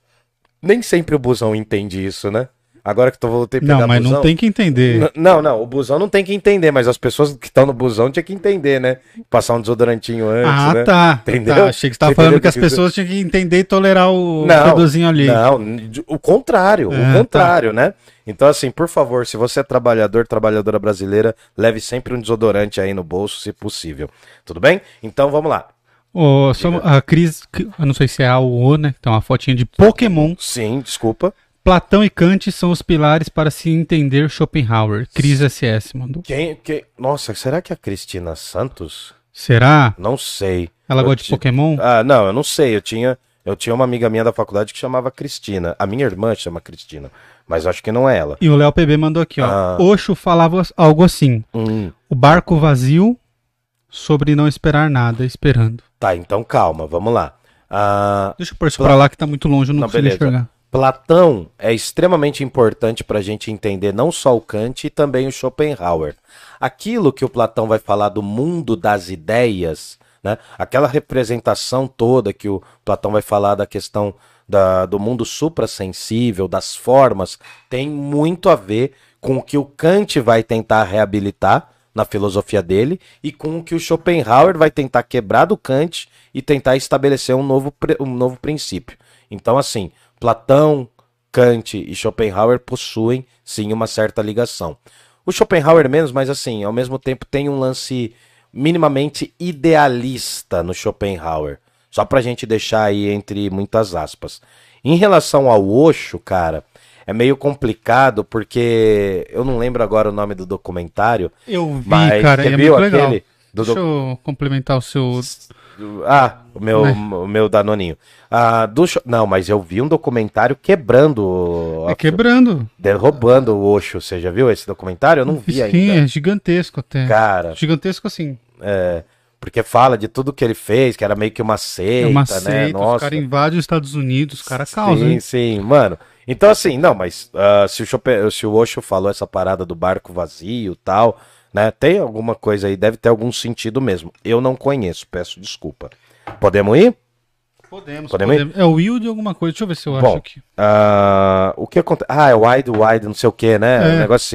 Nem sempre o busão entende isso, né? Agora que eu voltei a pegar Não, mas busão, não tem que entender. N não, não, o busão não tem que entender, mas as pessoas que estão no busão tinham que entender, né? Passar um desodorantinho antes, ah, né? tá. Entendeu? Tá. Achei que você tava Você falando entendeu que as que isso- pessoas tinham que entender e tolerar o Não, produzinho ali. Não, o contrário, Ah, o contrário, né? Então, assim, por favor, se você é trabalhador, trabalhadora brasileira, leve sempre um desodorante aí no bolso, se possível. Tudo bem? Então, vamos lá. Ô, só a Cris, eu não sei se é A ou O, né? Tem uma fotinha de Pokémon. Sim, desculpa. Platão e Kant são os pilares para se entender Schopenhauer. Cris S S mandou. Quem, quem... Nossa, será que é a Cristina Santos? Será? Não sei. Ela Eu gosta de ti- Pokémon? Ah, não, eu não sei. Eu tinha, eu tinha uma amiga minha da faculdade que chamava Cristina. A minha irmã chama Cristina, mas acho que não é ela. E o Léo P B mandou aqui, ó. Ah. Osho falava algo assim. Hum. O barco vazio sobre não esperar nada, esperando. Tá, então calma, vamos lá. Ah, Deixa eu pôr isso pra lá que tá muito longe, eu não, Não, consigo beleza. enxergar. Platão é extremamente importante para a gente entender não só o Kant e também o Schopenhauer. Aquilo que o Platão vai falar do mundo das ideias, né? Aquela representação toda que o Platão vai falar da questão da, do mundo suprassensível, das formas, tem muito a ver com o que o Kant vai tentar reabilitar na filosofia dele e com o que o Schopenhauer vai tentar quebrar do Kant e tentar estabelecer um novo, pre- um novo princípio. Então, assim, Platão, Kant e Schopenhauer possuem, sim, uma certa ligação. O Schopenhauer menos, mas assim, ao mesmo tempo tem um lance minimamente idealista no Schopenhauer. Só pra gente deixar aí entre muitas aspas. Em relação ao Osho, cara, é meio complicado porque eu não lembro agora o nome do documentário. Eu vi, Mas cara, você é viu muito legal. aquele do Deixa doc- eu complementar o seu... Ah, o meu, Né? o meu Danoninho. Ah, do Scho- Não, mas eu vi um documentário quebrando, a- É quebrando. derrubando o Osho. Você já viu esse documentário? Eu não vi Sim, ainda. é gigantesco até. Cara, Gigantesco assim. é, porque fala de tudo que ele fez, que era meio que uma É seita, uma né? seita, os Nossa. caras invadem os Estados Unidos, os caras causam, Sim, hein? sim, mano. Então, assim, não, mas ah, se, o Schopen- se o Osho falou essa parada do barco vazio e tal, né? Tem alguma coisa aí, deve ter algum sentido mesmo. Eu não conheço, peço desculpa. Podemos ir? Podemos, Podemos ir? podemos. É o Will de alguma coisa, deixa eu ver se eu Bom, acho aqui. ah, o que acontece? Ah, é wide, wide, não sei o que, né? É. Um negócio assim.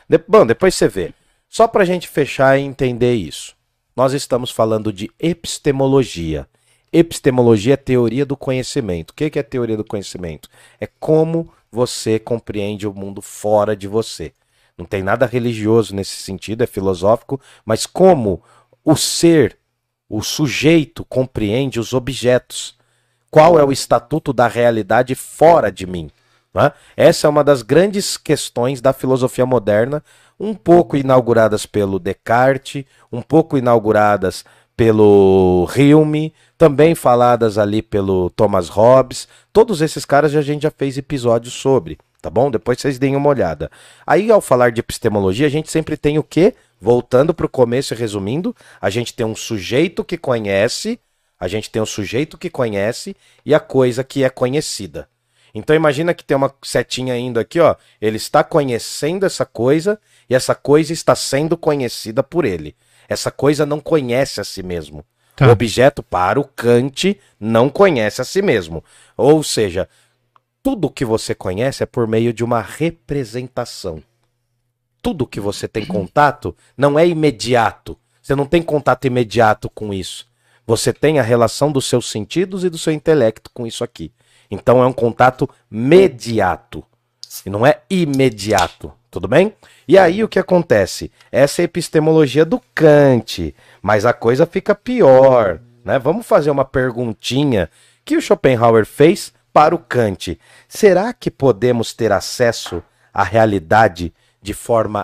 De... Bom, depois você vê. Só pra gente fechar e entender isso. Nós estamos falando de epistemologia. Epistemologia é teoria do conhecimento. O que é teoria do conhecimento? É como você compreende o mundo fora de você. Não tem nada religioso nesse sentido, é filosófico, mas como o ser, o sujeito compreende os objetos. Qual é o estatuto da realidade fora de mim? Né? Essa é uma das grandes questões da filosofia moderna, um pouco inauguradas pelo Descartes, um pouco inauguradas pelo Hume, também faladas ali pelo Thomas Hobbes. Todos esses caras a gente já fez episódios sobre, tá bom? Depois vocês deem uma olhada. Aí, ao falar de epistemologia, a gente sempre tem o quê? Voltando para o começo e resumindo, a gente tem um sujeito que conhece, a gente tem um sujeito que conhece e a coisa que é conhecida. Então imagina que tem uma setinha indo aqui, ó. Ele está conhecendo essa coisa e essa coisa está sendo conhecida por ele. Essa coisa não conhece a si mesmo. Tá. O objeto, para o Kant, não conhece a si mesmo. Ou seja, tudo que você conhece é por meio de uma representação. Tudo que você tem contato não é imediato. Você não tem contato imediato com isso. Você tem a relação dos seus sentidos e do seu intelecto com isso aqui. Então é um contato mediato. E não é imediato. Tudo bem? E aí o que acontece? Essa é a epistemologia do Kant. Mas a coisa fica pior, né? Vamos fazer uma perguntinha que o Schopenhauer fez para o Kant. Será que podemos ter acesso à realidade de forma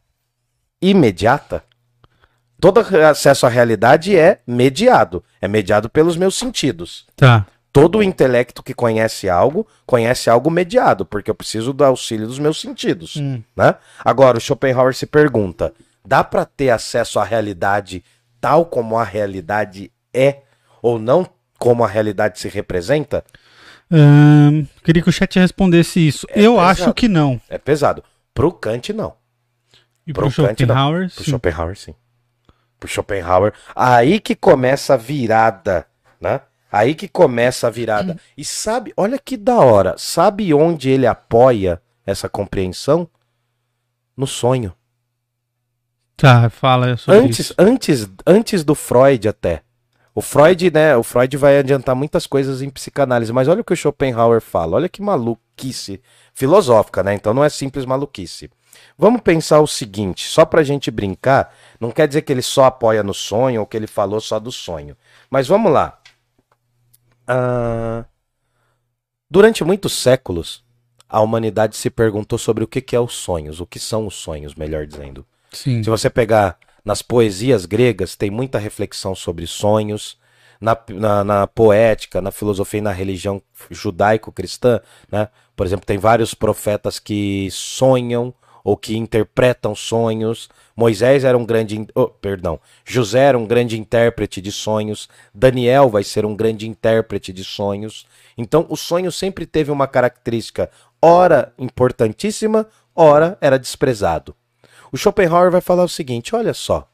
imediata? Todo acesso à realidade é mediado. É mediado pelos meus sentidos. Tá. Todo o intelecto que conhece algo, conhece algo mediado, porque eu preciso do auxílio dos meus sentidos. Hum. Né? Agora, o Schopenhauer se pergunta, dá para ter acesso à realidade tal como a realidade é, ou não como a realidade se representa? Hum, queria que o chat respondesse isso. É eu pesado. Acho que não. É pesado. Pro Kant, não. E pro, pro Schopenhauer, Kant, pro sim. Schopenhauer, sim. Pro Schopenhauer. Aí que começa a virada, né? Aí que começa a virada. E sabe, olha que da hora. Sabe onde ele apoia essa compreensão? No sonho. Tá, fala sobre antes, isso. Antes, antes do Freud até. O Freud, né? O Freud vai adiantar muitas coisas em psicanálise. Mas olha o que o Schopenhauer fala. Olha que maluquice filosófica, né? Então não é simples maluquice. Vamos pensar o seguinte, só pra gente brincar, não quer dizer que ele só apoia no sonho ou que ele falou só do sonho. Mas vamos lá. Ah, durante muitos séculos, a humanidade se perguntou sobre o que, que é os sonhos, o que são os sonhos, melhor dizendo. Sim. Se você pegar nas poesias gregas, tem muita reflexão sobre sonhos, na, na, na poética, na filosofia e na religião judaico-cristã, né? Por exemplo, tem vários profetas que sonham ou que interpretam sonhos. Moisés era um grande, oh, perdão, José era um grande intérprete de sonhos, Daniel vai ser um grande intérprete de sonhos. Então o sonho sempre teve uma característica, ora importantíssima, ora era desprezado. O Schopenhauer vai falar o seguinte, olha só,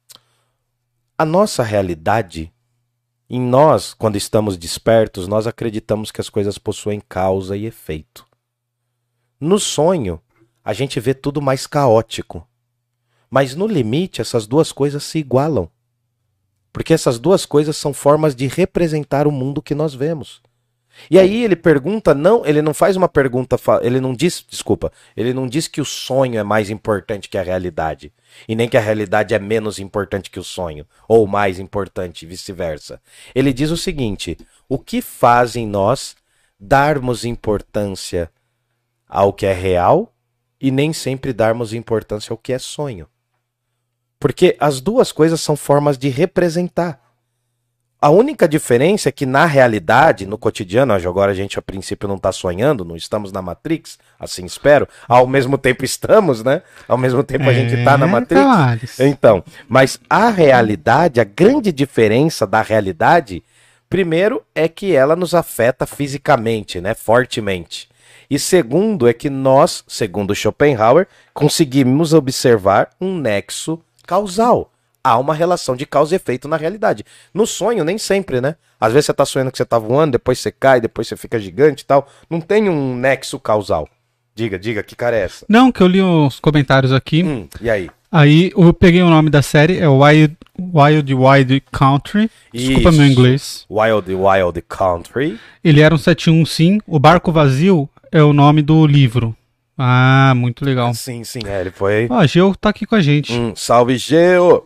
a nossa realidade, em nós, quando estamos despertos, nós acreditamos que as coisas possuem causa e efeito. No sonho, a gente vê tudo mais caótico. Mas no limite, essas duas coisas se igualam. Porque essas duas coisas são formas de representar o mundo que nós vemos. E aí ele pergunta, não, ele não faz uma pergunta, ele não diz, desculpa, ele não diz que o sonho é mais importante que a realidade. E nem que a realidade é menos importante que o sonho. Ou mais importante, vice-versa. Ele diz o seguinte, o que faz em nós darmos importância ao que é real e nem sempre darmos importância ao que é sonho. Porque as duas coisas são formas de representar. A única diferença é que na realidade, no cotidiano, agora a gente a princípio não está sonhando, não estamos na Matrix, assim espero, ao mesmo tempo estamos, né? Ao mesmo tempo a gente está na Matrix. Tavares. Então, mas a realidade, a grande diferença da realidade, primeiro é que ela nos afeta fisicamente, né? Fortemente. E segundo é que nós, segundo Schopenhauer, conseguimos observar um nexo causal. Há uma relação de causa e efeito na realidade. No sonho, nem sempre, né? Às vezes você tá sonhando que você tá voando, depois você cai, depois você fica gigante e tal. Não tem um nexo causal. Diga, diga, que cara é essa? Não, que eu li os comentários aqui. Hum, e aí? Aí eu peguei o nome da série, é Wild Wild Wild Country. Desculpa Isso. meu inglês. Wild Wild Country. Ele era um setenta e um sim. O Barco Vazio é o nome do livro. Ah, muito legal. Sim, sim, é, ele foi... Ó, a Geo tá aqui com a gente. Hum, salve, Geo!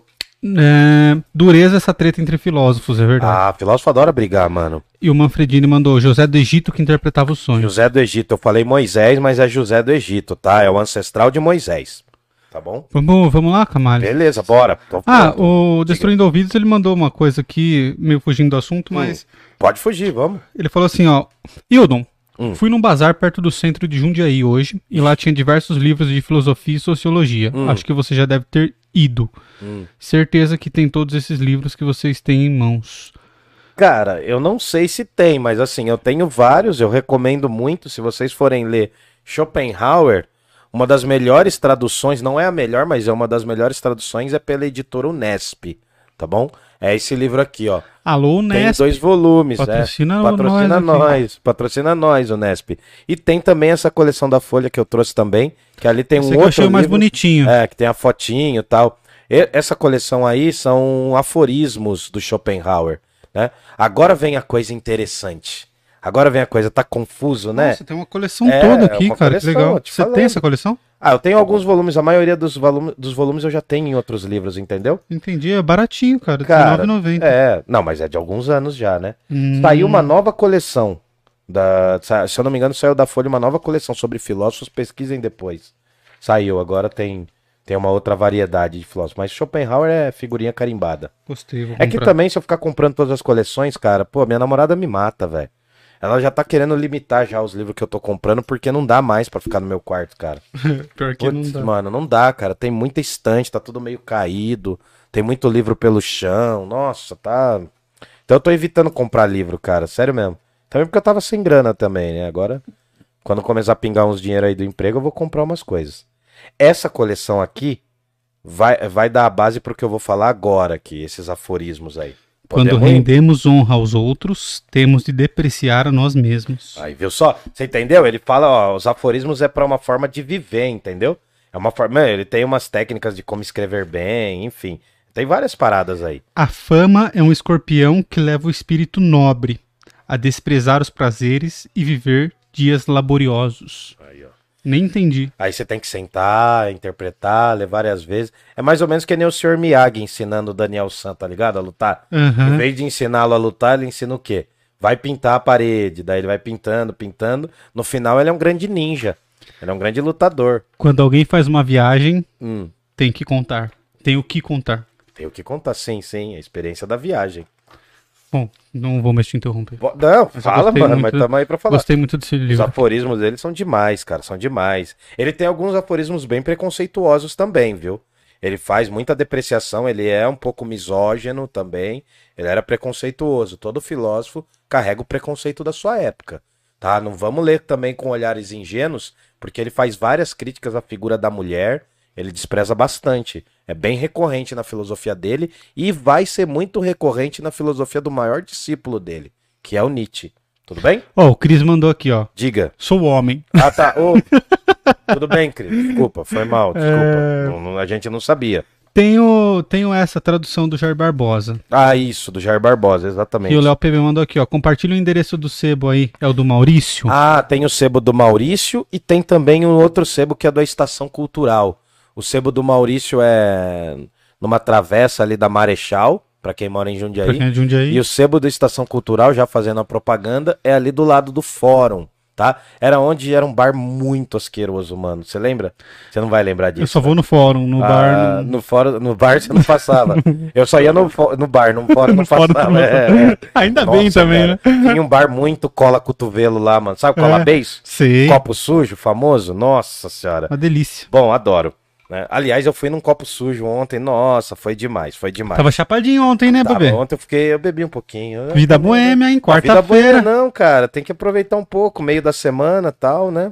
É, dureza essa treta entre filósofos, é verdade. Ah, filósofo adora brigar, mano. E o Manfredini mandou José do Egito que interpretava o sonho. José do Egito, eu falei Moisés, mas é José do Egito, tá? É o ancestral de Moisés, tá bom? Vamos, vamos lá, Camale? Beleza, bora. Tô Ah, pronto. o Destruindo Ouvidos, ele mandou uma coisa aqui, meio fugindo do assunto, mas Pode fugir, vamos. ele falou assim, ó, Hildon, Hum. fui num bazar perto do centro de Jundiaí hoje, e lá tinha diversos livros de filosofia e sociologia. Hum. Acho que você já deve ter ido. Hum. Certeza que tem todos esses livros que vocês têm em mãos. Cara, eu não sei se tem, mas assim, eu tenho vários, eu recomendo muito, se vocês forem ler Schopenhauer, uma das melhores traduções, não é a melhor, mas é uma das melhores traduções, é pela editora Unesp, tá bom? É esse livro aqui, ó. Alô, Tem Unesp. dois volumes, Patrocina é. nós Patrocina aqui. nós, patrocina nós, Unesp. E tem também essa coleção da Folha que eu trouxe tambei, que ali tem um Esse aqui outro eu achei o mais livro, bonitinho. é, que tem a fotinho e tal. E- essa coleção aí são aforismos do Schopenhauer, né? Agora vem a coisa interessante. Agora vem a coisa, tá confuso, né? Nossa, tem uma coleção É, toda aqui, uma cara, coleção, que legal. te Você falando. tem essa coleção? Ah, eu tenho alguns volumes, a maioria dos, volume, dos volumes eu já tenho em outros livros, entendeu? Entendi, é baratinho, cara, Cara, dezenove reais e noventa. é, não, mas é de alguns anos já, né? Hum. Saiu uma nova coleção, da, sa- se eu não me engano, saiu da Folha uma nova coleção sobre filósofos, pesquisem depois. Saiu, agora tem, tem uma outra variedade de filósofos, mas Schopenhauer é figurinha carimbada. Gostei, vou É que comprar. também, se eu ficar comprando todas as coleções, cara, pô, minha namorada me mata, velho. Ela já tá querendo limitar já os livros que eu tô comprando, porque não dá mais pra ficar no meu quarto, cara. Pior que Putz, não dá. mano, não dá, cara. Tem muita estante, tá tudo meio caído. Tem muito livro pelo chão. Nossa, tá. Então eu tô evitando comprar livro, cara. Sério mesmo. Também porque eu tava sem grana também, né? Agora, quando começar a pingar uns dinheiro aí do emprego, eu vou comprar umas coisas. Essa coleção aqui vai, vai dar a base pro que eu vou falar agora aqui, esses aforismos aí. Quando Podemos ir? rendemos honra aos outros, temos de depreciar a nós mesmos. Aí, viu só? Você entendeu? Ele fala, ó, os aforismos é pra uma forma de viver, entendeu? É uma forma, Mano, ele tem umas técnicas de como escrever bem, enfim. Tem várias paradas aí. A fama é um escorpião que leva o espírito nobre a desprezar os prazeres e viver dias laboriosos. Aí, ó. Nem entendi. Aí você tem que sentar, interpretar, ler várias vezes. É mais ou menos que nem o senhor Miyagi ensinando o Daniel San, tá ligado? A lutar. Em Aham. vez de ensiná-lo a lutar, ele ensina o quê? Vai pintar a parede, daí ele vai pintando, pintando. No final ele é um grande ninja. Ele é um grande lutador. Quando alguém faz uma viagem, Hum, tem que contar. Tem o que contar. tem o que contar, sim, sim. A experiência da viagem. Bom, não vou mais te interromper. Bo- Não, Mas eu fala, gostei mano, muito- mas tamo aí pra falar. Gostei muito desse Os livro. aforismos dele são demais, cara, são demais. Ele tem alguns aforismos bem preconceituosos também, viu? Ele faz muita depreciação, ele é um pouco misógino também, ele era preconceituoso. Todo filósofo carrega o preconceito da sua época, tá? Não vamos ler também com olhares ingênuos, porque ele faz várias críticas à figura da mulher, ele despreza bastante. É bem recorrente na filosofia dele e vai ser muito recorrente na filosofia do maior discípulo dele, que é o Nietzsche. Tudo bem? Ó, o Cris mandou aqui, ó. Diga. Sou homem. Ah, tá. Ô, tudo bem, Cris. Desculpa, foi mal. Desculpa. É. Não- não- a gente não sabia. Tenho, tenho essa tradução do Jair Barbosa. Ah, isso, do Jair Barbosa, E exatamente. o Léo P B mandou aqui, ó. Compartilha o endereço do sebo aí. É o do Maurício? Ah, tem o sebo do Maurício e tem também um outro sebo que é da Estação Cultural. O sebo do Maurício é numa travessa ali da Marechal, pra quem mora em Pra Jundiaí. quem é de Jundiaí. E o sebo da Estação Cultural, já fazendo a propaganda, é ali do lado do Fórum, tá? Era onde era um bar muito asqueroso, mano. Você lembra? Você não vai lembrar disso. Eu só né? vou no fórum, no Ah, bar. no- no, fórum, no bar você não passava. Eu só ia no, fo- no bar, no fórum não No fórum passava. não É, passava. é. Ainda bem Nossa, também, cara. Tinha um bar muito cola-cotovelo lá, mano. Sabe cola É. beijo? Sei. Copo sujo, famoso? Nossa senhora. Uma delícia. Bom, adoro. Né? Aliás, eu fui num copo sujo ontem. Nossa, foi demais, foi demais. Tava chapadinho ontem, né, Tava, bebê? ontem eu fiquei, eu bebi um pouquinho. Eu- Vida boêmia, hein? Vida boêmia Quarta-feira. não, cara. Tem que aproveitar um pouco, meio da semana e tal, né?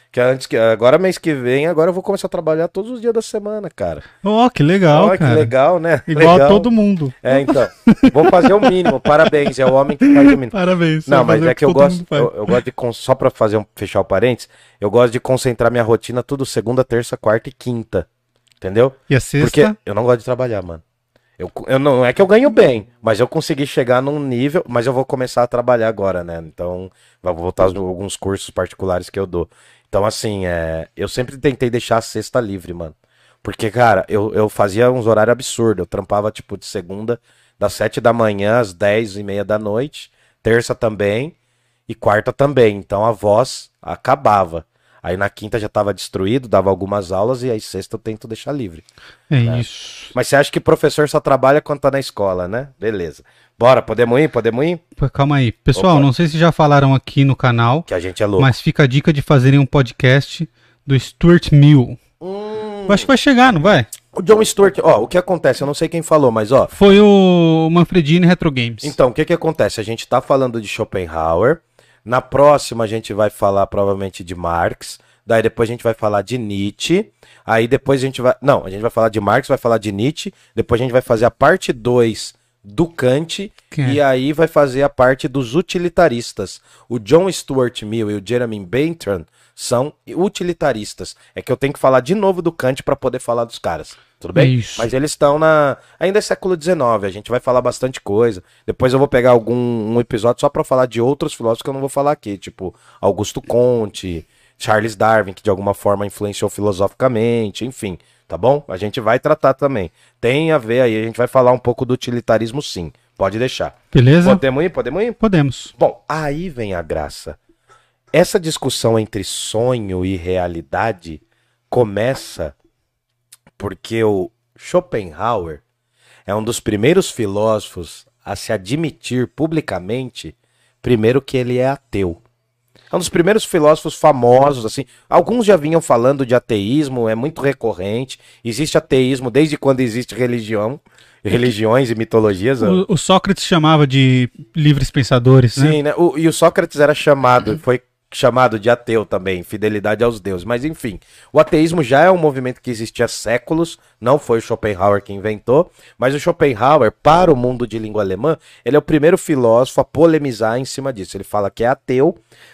Que antes que agora mês que vem, agora eu vou começar a trabalhar todos os dias da semana, cara. Ó, oh, que legal, Ó, que cara. legal, né? Igual legal. a todo mundo. É, então. Vou fazer o mínimo. Parabéns, é o homem que faz o mínimo. Parabéns. Não, mas é que eu todo gosto, mundo faz. eu, eu gosto de, con- só pra fazer um, fechar o parênteses, eu gosto de concentrar minha rotina tudo segunda, terça, quarta e quinta. Entendeu? E a sexta? Porque eu não gosto de trabalhar, mano. Eu, eu não, não é que eu ganho bem, mas eu consegui chegar num nível, mas eu vou começar a trabalhar agora, né? Então, vou voltar aos- alguns cursos particulares que eu dou. Então, assim, é, eu sempre tentei deixar a sexta livre, mano. Porque, cara, eu, eu fazia uns horários absurdos. Eu trampava, tipo, de segunda, das sete da manhã às dez e meia da noite. Terça também. E quarta também. Então a voz acabava. Aí na quinta já tava destruído, dava algumas aulas. E aí sexta eu tento deixar livre. É né? isso. Mas você acha que professor só trabalha quando tá na escola, né? Beleza. Bora, podemos ir? Podemos ir? Pô, calma aí. Pessoal, Opa. não sei se já falaram aqui no canal, Que a gente é louco. mas fica a dica de fazerem um podcast do Stuart Mill. Hum, Eu acho que vai chegar, não vai? o John Stewart, ó, o que acontece? Eu não sei quem falou, mas ó. Foi o Manfredini Retro Games. Então, o que que acontece? A gente tá falando de Schopenhauer. Na próxima a gente vai falar provavelmente de Marx. Daí depois a gente vai falar de Nietzsche. Aí depois a gente vai... Não, a gente vai falar de Marx, vai falar de Nietzsche. Depois a gente vai fazer a parte dois do Kant. Quem é? E aí vai fazer a parte dos utilitaristas. O John Stuart Mill e o Jeremy Bentham são utilitaristas. É que eu tenho que falar de novo do Kant para poder falar dos caras. Tudo bem? Isso. Mas eles estão na... Ainda é século dezenove, a gente vai falar bastante coisa. Depois eu vou pegar algum um episódio só para falar de outros filósofos que eu não vou falar aqui. Tipo, Augusto Comte, Charles Darwin, que de alguma forma influenciou filosoficamente, enfim. Tá bom? A gente vai tratar também. Tem a ver aí, a gente vai falar um pouco do utilitarismo sim. Pode deixar. Beleza? Podemos ir? Podemos ir? Podemos. Bom, aí vem a graça. Essa discussão entre sonho e realidade começa porque o Schopenhauer é um dos primeiros filósofos a se admitir publicamente, primeiro, que ele é ateu. É um dos primeiros filósofos famosos, assim. Alguns já vinham falando de ateísmo, é muito recorrente. Existe ateísmo desde quando existe religião, religiões e mitologias. O, o Sócrates chamava de livres pensadores, né? Sim, né? O, e o Sócrates era chamado, foi chamado de ateu também, fidelidade aos deuses. Mas enfim, o ateísmo já é um movimento que existe há séculos, não foi o Schopenhauer que inventou, mas o Schopenhauer, para o mundo de língua alemã, ele é o primeiro filósofo a polemizar em cima disso. Ele fala que é ateu,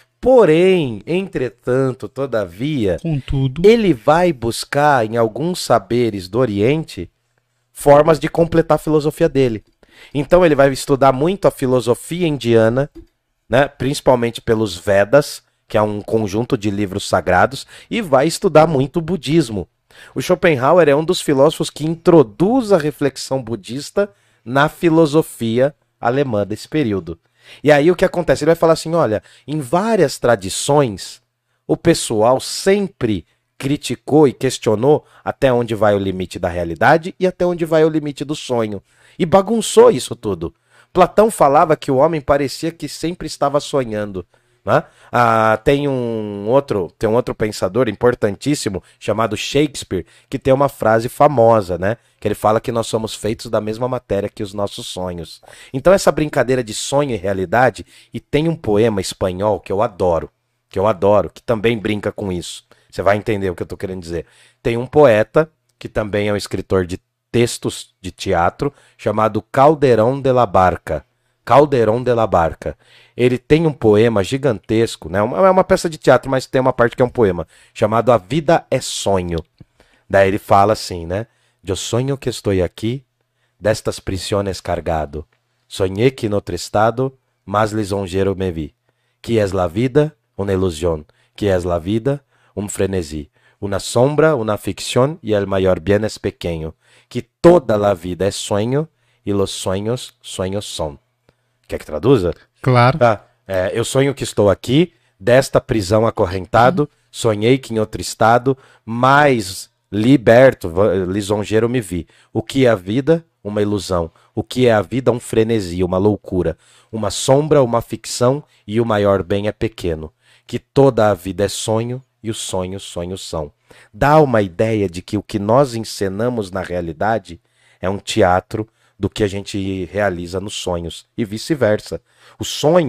porém, entretanto, todavia, Contudo, ele vai buscar em alguns saberes do Oriente formas de completar a filosofia dele. Então ele vai estudar muito a filosofia indiana, né, principalmente pelos Vedas, que é um conjunto de livros sagrados, e vai estudar muito o budismo. O Schopenhauer é um dos filósofos que introduz a reflexão budista na filosofia alemã desse período. E aí o que acontece? Ele vai falar assim, olha, em várias tradições, o pessoal sempre criticou e questionou até onde vai o limite da realidade e até onde vai o limite do sonho. E bagunçou isso tudo. Platão falava que o homem parecia que sempre estava sonhando. Né? Ah, tem um outro, tem um outro pensador importantíssimo chamado Shakespeare, que tem uma frase famosa, né? Que ele fala que nós somos feitos da mesma matéria que os nossos sonhos. Então essa brincadeira de sonho e realidade, e tem um poema espanhol que eu adoro, que eu adoro, que também brinca com isso. Você vai entender o que eu estou querendo dizer. Tem um poeta, que também é um escritor de textos de teatro, chamado Calderón de la Barca. Calderón de la Barca. Ele tem um poema gigantesco, né? É uma peça de teatro, mas tem uma parte que é um poema, chamado A Vida é Sonho. Daí ele fala assim, né? Eu sonho que estou aqui, destas prisiones cargado. Sonhé que en outro estado, más lisonjero me vi. Que es la vida, una ilusión. Que es la vida, un frenesí. Una sombra, una ficción, y el mayor bien es pequeño. Que toda la vida é sonho, e los sueños, sueños son. Quer que traduza? claro. Tá. É, eu sonho que estou aqui, desta prisão acorrentado, sonhei que em outro estado, mais liberto, lisonjeiro me vi. O que é a vida? Uma ilusão. O que é a vida? Um frenesi, uma loucura. Uma sombra, uma ficção, e o maior bem é pequeno. Que toda a vida é sonho, e os sonhos, sonhos são. Dá uma ideia de que o que nós encenamos na realidade é um teatro do que a gente realiza nos sonhos, e vice-versa. O sonho,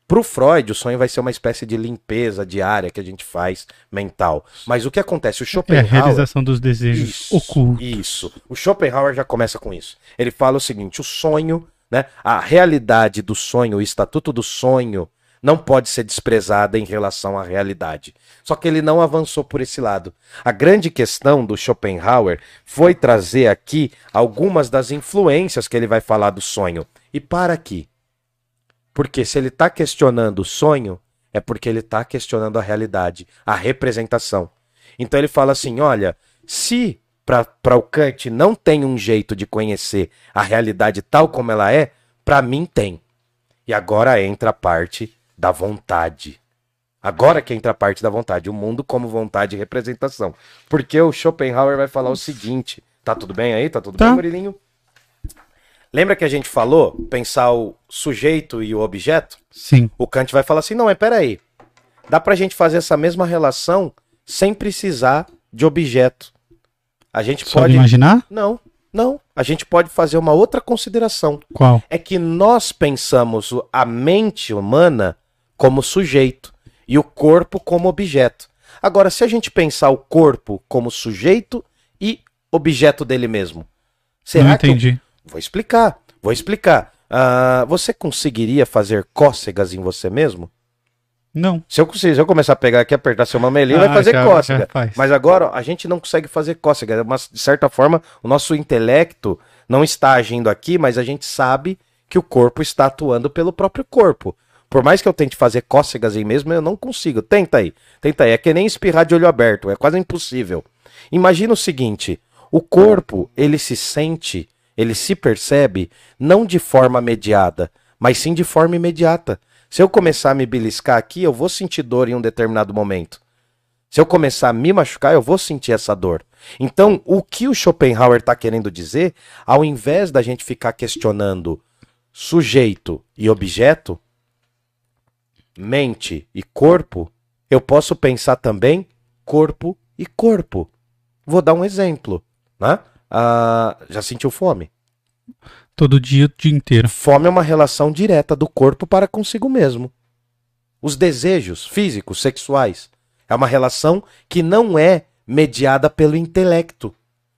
Pro Freud, o sonho vai ser uma espécie de limpeza diária que a gente faz mental. Mas o que acontece? O É a Schopenhauer... realização dos desejos Isso, ocultos. isso. O Schopenhauer já começa com isso. Ele fala o seguinte, o sonho, né, a realidade do sonho, o estatuto do sonho, não pode ser desprezada em relação à realidade. Só que ele não avançou por esse lado. A grande questão do Schopenhauer foi trazer aqui algumas das influências que ele vai falar do sonho. E para aqui. Porque se ele está questionando o sonho, é porque ele está questionando a realidade, a representação. Então ele fala assim, olha, se para o Kant não tem um jeito de conhecer a realidade tal como ela é, para mim tem. E agora entra a parte da vontade. Agora que entra a parte da vontade, o mundo como vontade e representação. Porque o Schopenhauer vai falar o seguinte, tá tudo bem aí? Tá tudo Tá. bem, Murilinho? Lembra que a gente falou, pensar o sujeito e o objeto? Sim. O Kant vai falar assim, não, mas peraí, dá pra gente fazer essa mesma relação sem precisar de objeto. A gente Só pode... de imaginar? Não, não. A gente pode fazer uma outra consideração. Qual? É que nós pensamos o- a mente humana como sujeito e o corpo como objeto. Agora, se a gente pensar o corpo como sujeito e objeto dele mesmo, será Não que eu- entendi. Vou explicar, vou explicar. Ah, você conseguiria fazer cócegas em você mesmo? Não. Se eu, se eu começar a pegar aqui, apertar seu mamelinho, Ah, vai fazer já- cócega. já faz. Mas agora, ó, a gente não consegue fazer cócega. Mas, de certa forma, o nosso intelecto não está agindo aqui, mas a gente sabe que o corpo está atuando pelo próprio corpo. Por mais que eu tente fazer cócegas em mim mesmo, eu não consigo. Tenta aí, tenta aí. É que nem espirrar de olho aberto, é quase impossível. Imagina o seguinte, o corpo, ele se sente, ele se percebe, não de forma mediada, mas sim de forma imediata. Se eu começar a me beliscar aqui, eu vou sentir dor em um determinado momento. Se eu começar a me machucar, eu vou sentir essa dor. Então, o que o Schopenhauer está querendo dizer, ao invés da gente ficar questionando sujeito e objeto, mente e corpo, eu posso pensar também corpo e corpo. Vou dar um exemplo, né? Ah, já sentiu fome? Todo dia, o dia inteiro. Fome é uma relação direta do corpo para consigo mesmo. Os desejos físicos, sexuais, é uma relação que não é mediada pelo intelecto.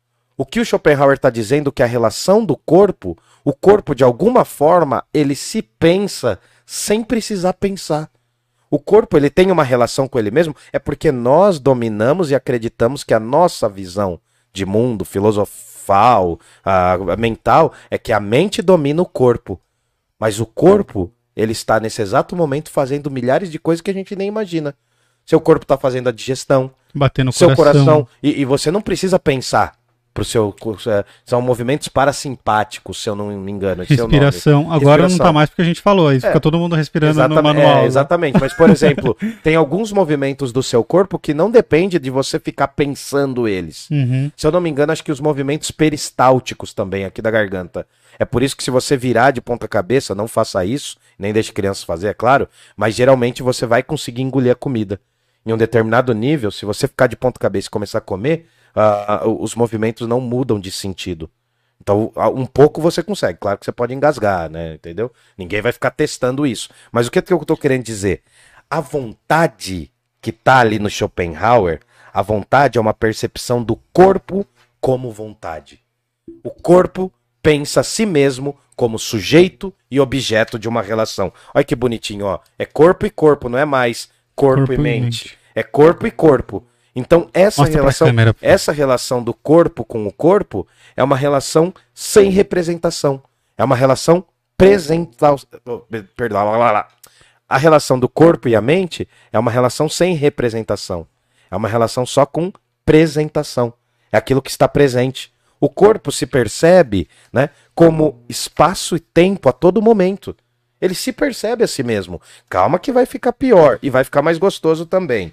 O que o Schopenhauer está dizendo é que a relação do corpo, o corpo de alguma forma, ele se pensa sem precisar pensar. O corpo ele tem uma relação com ele mesmo, é porque nós dominamos e acreditamos que a nossa visão de mundo, filosofal, a, mental, é que a mente domina o corpo. Mas o corpo, ele está nesse exato momento fazendo milhares de coisas que a gente nem imagina. Seu corpo está fazendo a digestão, Bater no seu coração. coração, e, e você não precisa pensar. Pro seu, são movimentos parasimpáticos, se eu não me engano. esse é o nome. Respiração. Agora não Respiração. tá mais porque a gente falou. Aí É. fica todo mundo respirando no Exatamente, manual. é, né? exatamente. Mas, por exemplo, tem alguns movimentos do seu corpo que não depende de você ficar pensando eles. Uhum. Se eu não me engano, acho que os movimentos peristálticos também aqui da garganta. É por isso que se você virar de ponta cabeça, não faça isso, nem deixe crianças fazer, é claro, mas geralmente você vai conseguir engolir a comida. Em um determinado nível, se você ficar de ponta cabeça e começar a comer, uh, uh, os movimentos não mudam de sentido. Então, uh, um pouco você consegue. Claro que você pode engasgar, né? Entendeu? Ninguém vai ficar testando isso. Mas o que, é que eu tô querendo dizer? A vontade que tá ali no Schopenhauer, a vontade é uma percepção do corpo como vontade. O corpo pensa a si mesmo como sujeito e objeto de uma relação. Olha que bonitinho, ó. É corpo e corpo, não é mais corpo, Corpo e e mente. mente. É corpo e corpo. Então, essa Mostra pra relação, câmera, pô. essa relação do corpo com o corpo é uma relação sem representação. É uma relação presental. oh, Perdão, lá, lá, lá. A relação do corpo e a mente é uma relação sem representação. É uma relação só com presentação. É aquilo que está presente. O corpo se percebe, né, como espaço e tempo a todo momento. Ele se percebe a si mesmo. Calma que vai ficar pior e vai ficar mais gostoso também.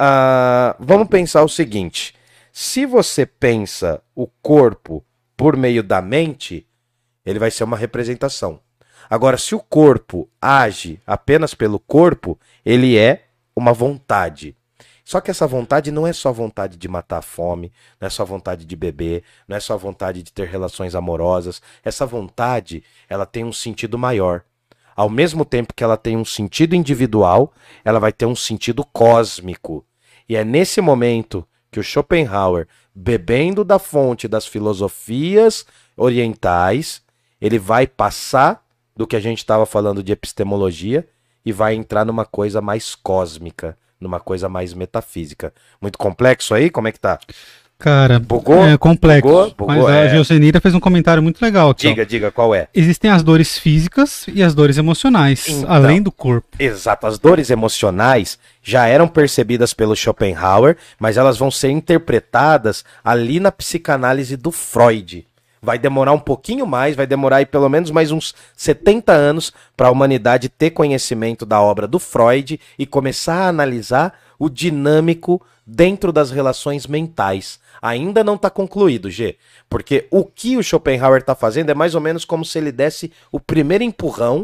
Ah, vamos pensar o seguinte. Se você pensa o corpo por meio da mente, ele vai ser uma representação. Agora, se o corpo age apenas pelo corpo, ele é uma vontade. Só que essa vontade não é só vontade de matar a fome, não é só vontade de beber, não é só vontade de ter relações amorosas. Essa vontade, ela tem um sentido maior. Ao mesmo tempo que ela tem um sentido individual, ela vai ter um sentido cósmico. E é nesse momento que o Schopenhauer, bebendo da fonte das filosofias orientais, ele vai passar do que a gente estava falando de epistemologia e vai entrar numa coisa mais cósmica, numa coisa mais metafísica. Muito complexo aí? Como é que tá? Cara, Bugou? é complexo. Bugou? Bugou, mas a é. Geocenira fez um comentário muito legal aqui. Diga, ó. diga, qual é? Existem as dores físicas e as dores emocionais, Então, além do corpo. Exato, as dores emocionais já eram percebidas pelo Schopenhauer, mas elas vão ser interpretadas ali na psicanálise do Freud. Vai demorar um pouquinho mais, vai demorar aí pelo menos mais uns setenta anos para a humanidade ter conhecimento da obra do Freud e começar a analisar o dinâmico dentro das relações mentais. Ainda não está concluído, G, porque o que o Schopenhauer está fazendo é mais ou menos como se ele desse o primeiro empurrão,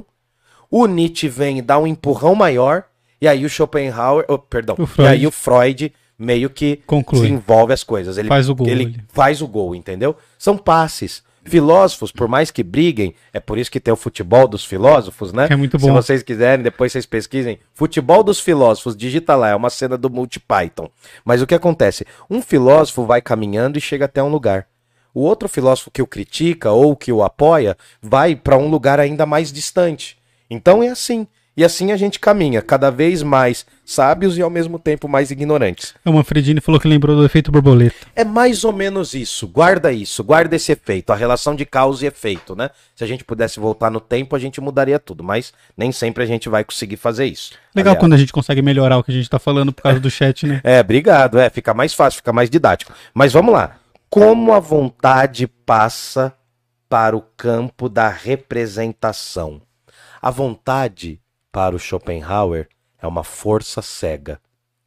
o Nietzsche vem e dá um empurrão maior, e aí o Schopenhauer, oh, perdão, O Freud. e aí o Freud meio que Conclui. desenvolve as coisas. Ele Faz o gol, Ele ele. faz o gol, entendeu? São passes. Filósofos, por mais que briguem, é por isso que tem o futebol dos filósofos, né? Que é muito Se bom. vocês quiserem, depois vocês pesquisem. Futebol dos filósofos, digita lá, é uma cena do MultiPython. Mas o que acontece? Um filósofo vai caminhando e chega até um lugar. O outro filósofo que o critica ou que o apoia vai para um lugar ainda mais distante. Então é assim. E assim a gente caminha, cada vez mais sábios e ao mesmo tempo mais ignorantes. O Manfredini falou que lembrou do efeito borboleta. É mais ou menos isso, guarda isso, guarda esse efeito, a relação de causa e efeito, né? Se a gente pudesse voltar no tempo, a gente mudaria tudo, mas nem sempre a gente vai conseguir fazer isso. Legal Aliás, quando a gente consegue melhorar o que a gente tá falando por causa do chat, né? É, obrigado, é, fica mais fácil, fica mais didático. Mas vamos lá, como a vontade passa para o campo da representação? A vontade, para o Schopenhauer, é uma força cega.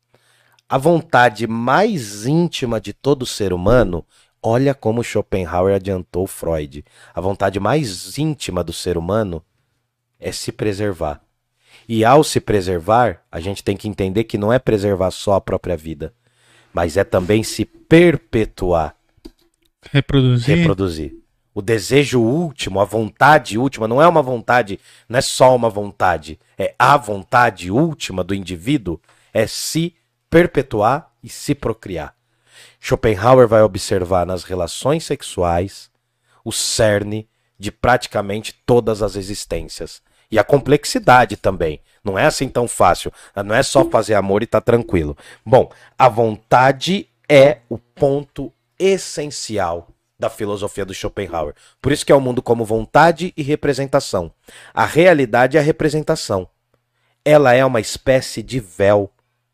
A vontade mais íntima de todo ser humano, olha como Schopenhauer adiantou Freud. A vontade mais íntima do ser humano é se preservar. E ao se preservar, a gente tem que entender que não é preservar só a própria vida, mas é também se perpetuar, Reproduzir. reproduzir. O desejo último, a vontade última, não é uma vontade, não é só uma vontade, é a vontade última do indivíduo, é se perpetuar e se procriar. Schopenhauer vai observar nas relações sexuais o cerne de praticamente todas as existências. E a complexidade também. Não é assim tão fácil. Não é só fazer amor e tá tranquilo. Bom, a vontade é o ponto essencial da filosofia do Schopenhauer. Por isso que é o mundo como vontade e representação. A realidade é a representação. Ela é uma espécie de véu.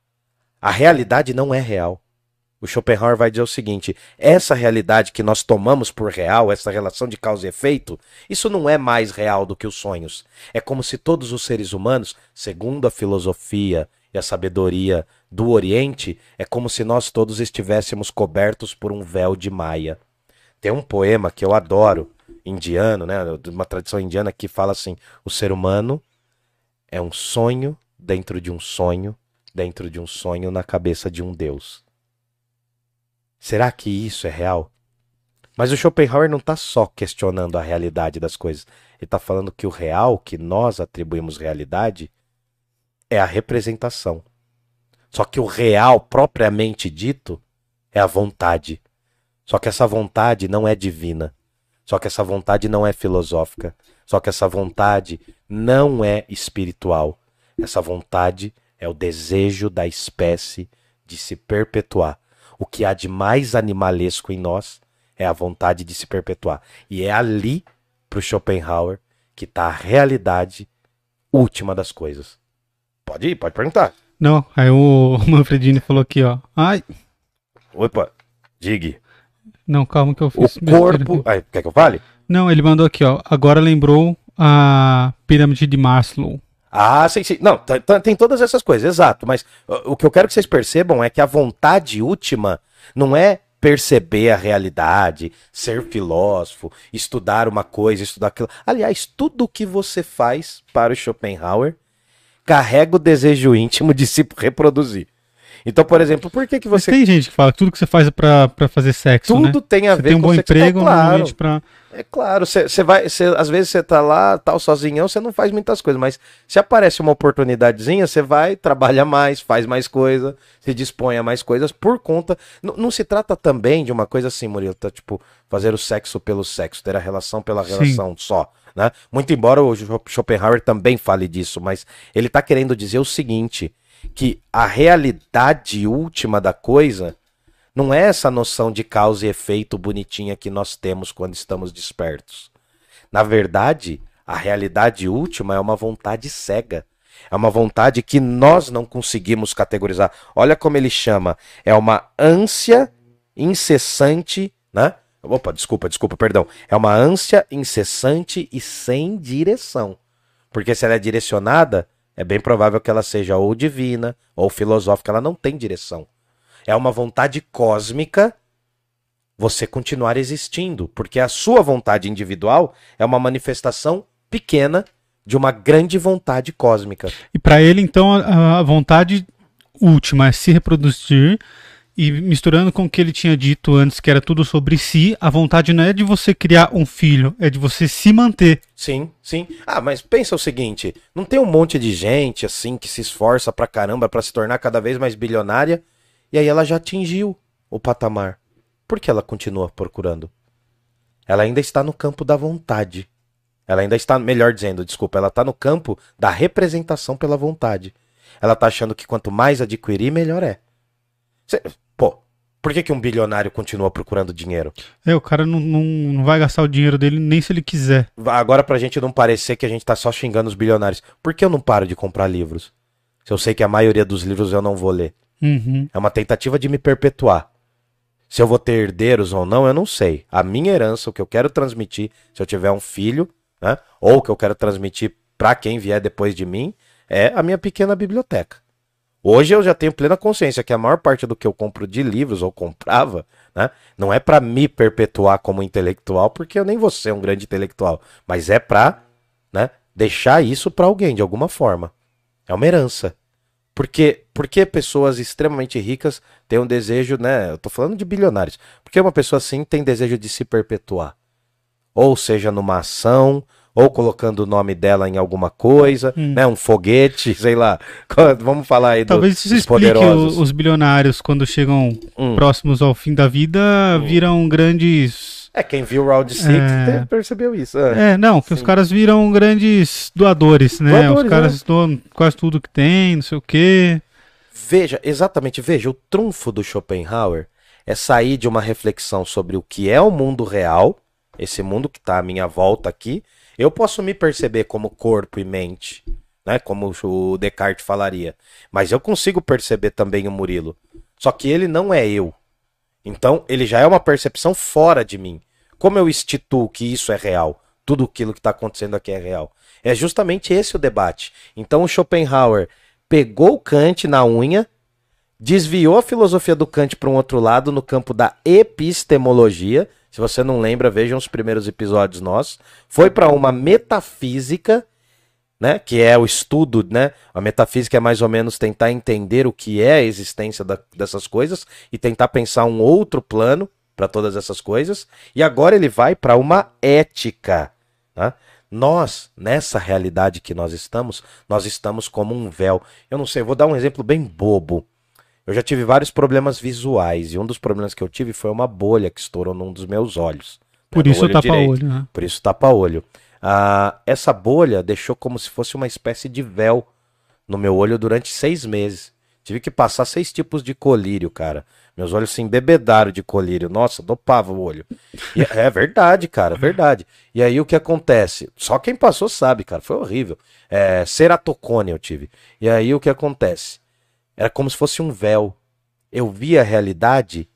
A realidade não é real. O Schopenhauer vai dizer o seguinte: essa realidade que nós tomamos por real, essa relação de causa e efeito, isso não é mais real do que os sonhos. É como se todos os seres humanos, segundo a filosofia e a sabedoria do Oriente, é como se nós todos estivéssemos cobertos por um véu de Maia. Tem um poema que eu adoro, indiano, né, de uma tradição indiana, que fala assim: o ser humano é um sonho dentro de um sonho, dentro de um sonho na cabeça de um Deus. Será que isso é real? Mas o Schopenhauer não está só questionando a realidade das coisas. Ele está falando que o real, que nós atribuímos realidade, é a representação. Só que o real, propriamente dito, é a vontade. Só que essa vontade não é divina. Só que essa vontade não é filosófica. Só que essa vontade não é espiritual. Essa vontade é o desejo da espécie de se perpetuar. O que há de mais animalesco em nós é a vontade de se perpetuar. E é ali, para o Schopenhauer, que está a realidade última das coisas. Pode ir, pode perguntar. Não, aí o Manfredini falou aqui, ó. Ai, Opa, diga. não, calma que eu O fiz besteira. corpo... Ai, quer que eu fale? Não, ele mandou aqui, ó. Agora lembrou a pirâmide de Maslow. Ah, sim, sim. Não, t- t- tem todas essas coisas, exato. Mas uh, o que eu quero que vocês percebam é que a vontade última não é perceber a realidade, ser filósofo, estudar uma coisa, estudar aquilo. Aliás, tudo o que você faz para o Schopenhauer carrega o desejo íntimo de se reproduzir. Então, por exemplo, por que que Mas você... tem gente que fala que tudo que você faz é pra, pra fazer sexo, né? Tudo tem a Você ver tem um com bom sexo, emprego, tá, claro. normalmente pra... É claro, você vai, cê, às vezes você tá lá, tal, sozinhão, você não faz muitas coisas, mas se aparece uma oportunidadezinha, você vai, trabalha mais, faz mais coisa, se dispõe a mais coisas por conta... N não se trata também de uma coisa assim, Murilo, tá, tipo, fazer o sexo pelo sexo, ter a relação pela Sim. relação só, né? Muito embora o Schopenhauer também fale disso, mas ele tá querendo dizer o seguinte, que a realidade última da coisa... Não é essa noção de causa e efeito bonitinha que nós temos quando estamos despertos. Na verdade, a realidade última é uma vontade cega. É uma vontade que nós não conseguimos categorizar. Olha como ele chama. É uma ânsia incessante, né? Opa, desculpa, desculpa, perdão. É uma ânsia incessante e sem direção. Porque se ela é direcionada, é bem provável que ela seja ou divina ou filosófica. Ela não tem direção. É uma vontade cósmica você continuar existindo, porque a sua vontade individual é uma manifestação pequena de uma grande vontade cósmica. E pra ele, então, a, a vontade última é se reproduzir, e misturando com o que ele tinha dito antes, que era tudo sobre si, a vontade não é de você criar um filho, é de você se manter. Sim, sim. Ah, mas pensa o seguinte, não tem um monte de gente assim que se esforça pra caramba pra se tornar cada vez mais bilionária, e aí ela já atingiu o patamar. Por que ela continua procurando? Ela ainda está no campo da vontade. Ela ainda está, melhor dizendo, desculpa, ela está no campo da representação pela vontade. Ela está achando que quanto mais adquirir, melhor é. Cê, pô, por que que um bilionário continua procurando dinheiro? É, o cara não, não, não vai gastar o dinheiro dele nem se ele quiser. Agora, pra gente não parecer que a gente tá só xingando os bilionários, por que eu não paro de comprar livros? Se eu sei que a maioria dos livros eu não vou ler. Uhum. É uma tentativa de me perpetuar. Se eu vou ter herdeiros ou não, eu não sei. A minha herança, o que eu quero transmitir, se eu tiver um filho, né, ou o que eu quero transmitir para quem vier depois de mim, é a minha pequena biblioteca. Hoje eu já tenho plena consciência que a maior parte do que eu compro de livros, ou comprava, né, não é para me perpetuar como intelectual, porque eu nem vou ser um grande intelectual, mas é para, né, deixar isso para alguém de alguma forma. É uma herança. Porque, porque pessoas extremamente ricas têm um desejo, né? Eu tô falando de bilionários. Porque uma pessoa assim tem desejo de se perpetuar. Ou seja, numa ação, ou colocando o nome dela em alguma coisa, hum. né? Um foguete, sei lá. Vamos falar aí do, Talvez isso dos explique poderosos. O, os bilionários, quando chegam hum. próximos ao fim da vida, hum. viram grandes... É, quem viu o Round Six é... percebeu isso. É, é não, que Sim. os caras viram grandes doadores, né? Doadores, os caras é. doam quase tudo que tem, não sei o quê. Veja, exatamente, veja, o trunfo do Schopenhauer é sair de uma reflexão sobre o que é o mundo real, esse mundo que está à minha volta aqui. Eu posso me perceber como corpo e mente, né? Como o Descartes falaria. Mas eu consigo perceber também o Murilo. Só que ele não é eu. Então, ele já é uma percepção fora de mim. Como eu instituo que isso é real? Tudo aquilo que está acontecendo aqui é real. É justamente esse o debate. Então, o Schopenhauer pegou o Kant na unha, desviou a filosofia do Kant para um outro lado, no campo da epistemologia. Se você não lembra, vejam os primeiros episódios nossos. Foi para uma metafísica, né, que é o estudo, né? A metafísica é mais ou menos tentar entender o que é a existência da, dessas coisas e tentar pensar um outro plano para todas essas coisas. E agora ele vai para uma ética. Tá? Nós, nessa realidade que nós estamos, nós estamos como um véu. Eu não sei, eu vou dar um exemplo bem bobo. Eu já tive vários problemas visuais e um dos problemas que eu tive foi uma bolha que estourou num dos meus olhos. Por né, isso tapa-olho, né? Por isso tapa-olho. Ah, essa bolha deixou como se fosse uma espécie de véu no meu olho durante seis meses. Tive que passar seis tipos de colírio, cara. Meus olhos se embebedaram de colírio. Nossa, dopava o olho. E é verdade, cara, verdade. E aí o que acontece? Só quem passou sabe, cara, foi horrível. É, ceratocone eu tive. E aí o que acontece? Era como se fosse um véu. Eu via a realidade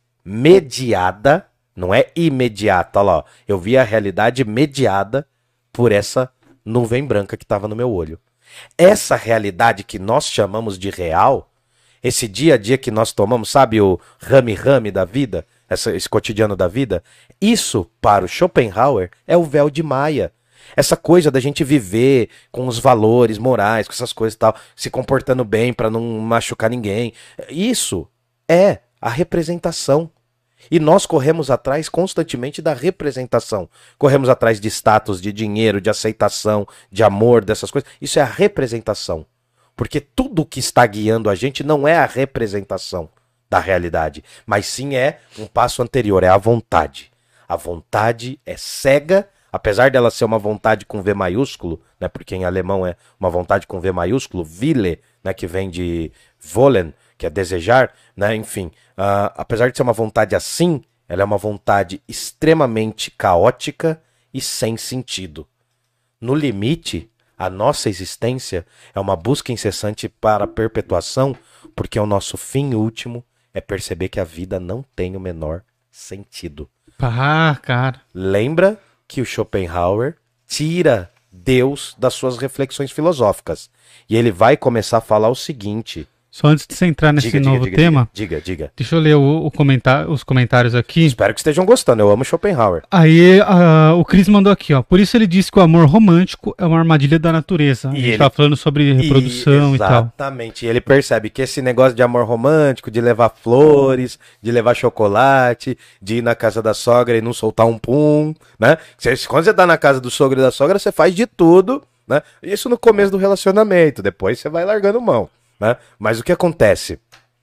mediada, não é imediata, olha lá. Ó. Eu via a realidade mediada por essa nuvem branca que estava no meu olho. Essa realidade que nós chamamos de real, esse dia a dia que nós tomamos, sabe o rame-rame da vida, essa, esse cotidiano da vida, isso, para o Schopenhauer, é o véu de Maia. Essa coisa da gente viver com os valores morais, com essas coisas e tal, se comportando bem pra não machucar ninguém. Isso é a representação. E nós corremos atrás constantemente da representação. Corremos atrás de status, de dinheiro, de aceitação, de amor, dessas coisas. Isso é a representação. Porque tudo que está guiando a gente não é a representação da realidade, mas sim é um passo anterior, é a vontade. A vontade é cega, apesar dela ser uma vontade com V maiúsculo, né, porque em alemão é uma vontade com V maiúsculo, Wille, né, que vem de wollen, que é desejar, né, enfim, uh, apesar de ser uma vontade assim, ela é uma vontade extremamente caótica e sem sentido. No limite, a nossa existência é uma busca incessante para a perpetuação, porque o nosso fim último é perceber que a vida não tem o menor sentido. Ah, cara. Lembra que o Schopenhauer tira Deus das suas reflexões filosóficas. E ele vai começar a falar o seguinte... Só antes de você entrar nesse diga, novo diga, tema, diga, diga, diga. Deixa eu ler o, o comentar, os comentários aqui. Espero que estejam gostando, eu amo Schopenhauer. Aí uh, o Cris mandou aqui, ó. Por isso ele disse que o amor romântico é uma armadilha da natureza. E a gente ele... tava falando sobre reprodução e, e tal. Exatamente. E ele percebe que esse negócio de amor romântico, de levar flores, de levar chocolate, de ir na casa da sogra e não soltar um pum, né? Quando você tá na casa do sogro e da sogra, você faz de tudo, né? Isso no começo do relacionamento, depois você vai largando mão. Né? Mas o que acontece?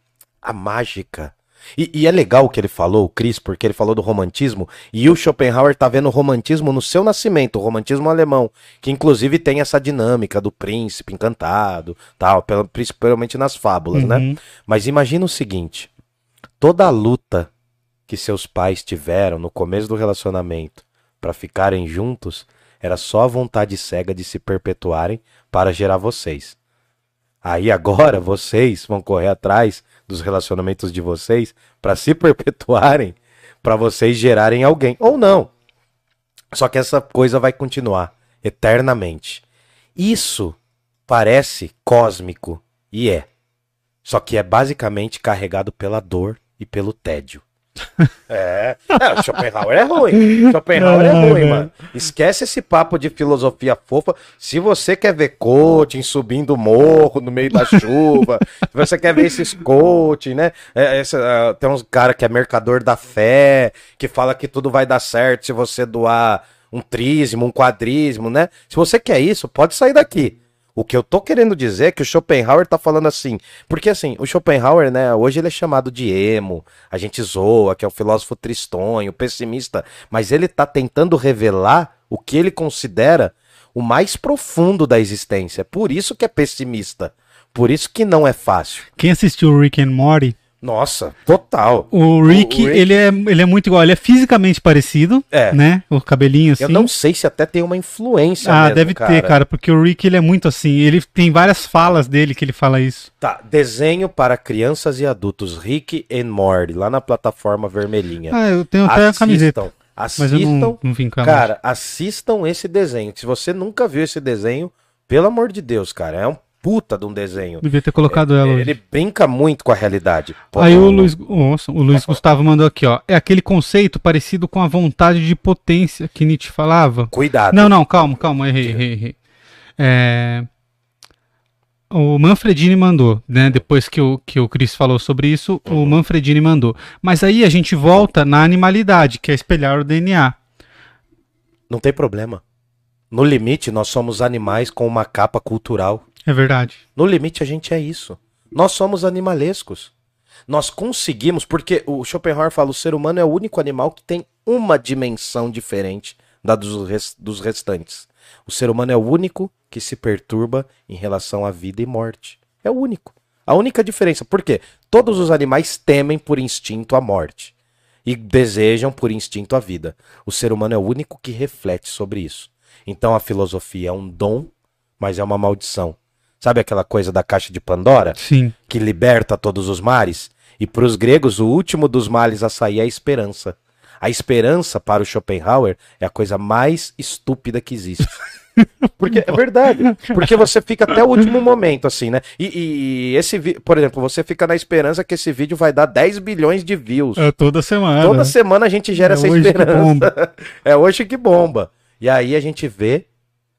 A mágica. E, e é legal o que ele falou, o Chris, porque ele falou do romantismo, e o Schopenhauer tá vendo o romantismo no seu nascimento, o romantismo alemão, que inclusive tem essa dinâmica do príncipe encantado, tal, principalmente nas fábulas, uhum. né? Mas imagina o seguinte, toda a luta que seus pais tiveram no começo do relacionamento para ficarem juntos, era só a vontade cega de se perpetuarem para gerar vocês. Aí agora vocês vão correr atrás dos relacionamentos de vocês para se perpetuarem, para vocês gerarem alguém. Ou não. Só que essa coisa vai continuar eternamente. Isso parece cósmico, e é. Só que é basicamente carregado pela dor e pelo tédio. É, é, o Schopenhauer é ruim. Schopenhauer é ruim, mano. Esquece esse papo de filosofia fofa. Se você quer ver coaching subindo o morro no meio da chuva, se você quer ver esses coaching, né? É, esse, uh, tem uns cara que é mercador da fé, que fala que tudo vai dar certo se você doar um trízimo, um quadrízimo, né? Se você quer isso, pode sair daqui. O que eu tô querendo dizer é que o Schopenhauer tá falando assim, porque assim, o Schopenhauer, né, hoje ele é chamado de emo, a gente zoa, que é o filósofo tristonho, pessimista, mas ele tá tentando revelar o que ele considera o mais profundo da existência, por isso que é pessimista, por isso que não é fácil. Quem assistiu Rick and Morty? Nossa, total. O Rick, o Rick... Ele, é, ele é muito igual, ele é fisicamente parecido, é. né? O cabelinho assim. Eu não sei se até tem uma influência Ah, mesmo, deve cara. ter, cara, porque o Rick, ele é muito assim, ele tem várias falas dele que ele fala isso. Tá, desenho para crianças e adultos, Rick and Morty, lá na plataforma vermelhinha. Ah, eu tenho até assistam, a camiseta. Assistam, mas eu não, não vim com ela. Cara, assistam esse desenho. Se você nunca viu esse desenho, pelo amor de Deus, cara, é um puta de um desenho. Devia ter colocado é, ela Ele hoje. brinca muito com a realidade. Pô, Aí não, o Luiz, nossa, o Luiz Gustavo mandou aqui, ó. É aquele conceito parecido com a vontade de potência que Nietzsche falava. Cuidado. Não, não, calma, calma, errei, errei, errei. É... O Manfredini mandou, né? Depois que o, que o Chris falou sobre isso, uhum. o Manfredini mandou. Mas aí a gente volta na animalidade, que é espelhar o D N A. Não tem problema. No limite, nós somos animais com uma capa cultural. É verdade. No limite, a gente é isso. Nós somos animalescos. Nós conseguimos, porque o Schopenhauer fala, o ser humano é o único animal que tem uma dimensão diferente da dos, res, dos restantes. O ser humano é o único que se perturba em relação à vida e morte. É o único. A única diferença. Por quê? Todos os animais temem por instinto a morte. E desejam por instinto a vida. O ser humano é o único que reflete sobre isso. Então a filosofia é um dom, mas é uma maldição. Sabe aquela coisa da caixa de Pandora? Sim. Que liberta todos os mares? E para os gregos, o último dos males a sair é a esperança. A esperança, para o Schopenhauer, é a coisa mais estúpida que existe. Porque é verdade. Porque você fica até o último momento, assim, né? E, e esse vídeo, por exemplo, você fica na esperança que esse vídeo vai dar dez bilhões de views. É toda semana. Toda semana a gente gera é essa hoje esperança. Que bomba. É hoje que bomba. E aí a gente vê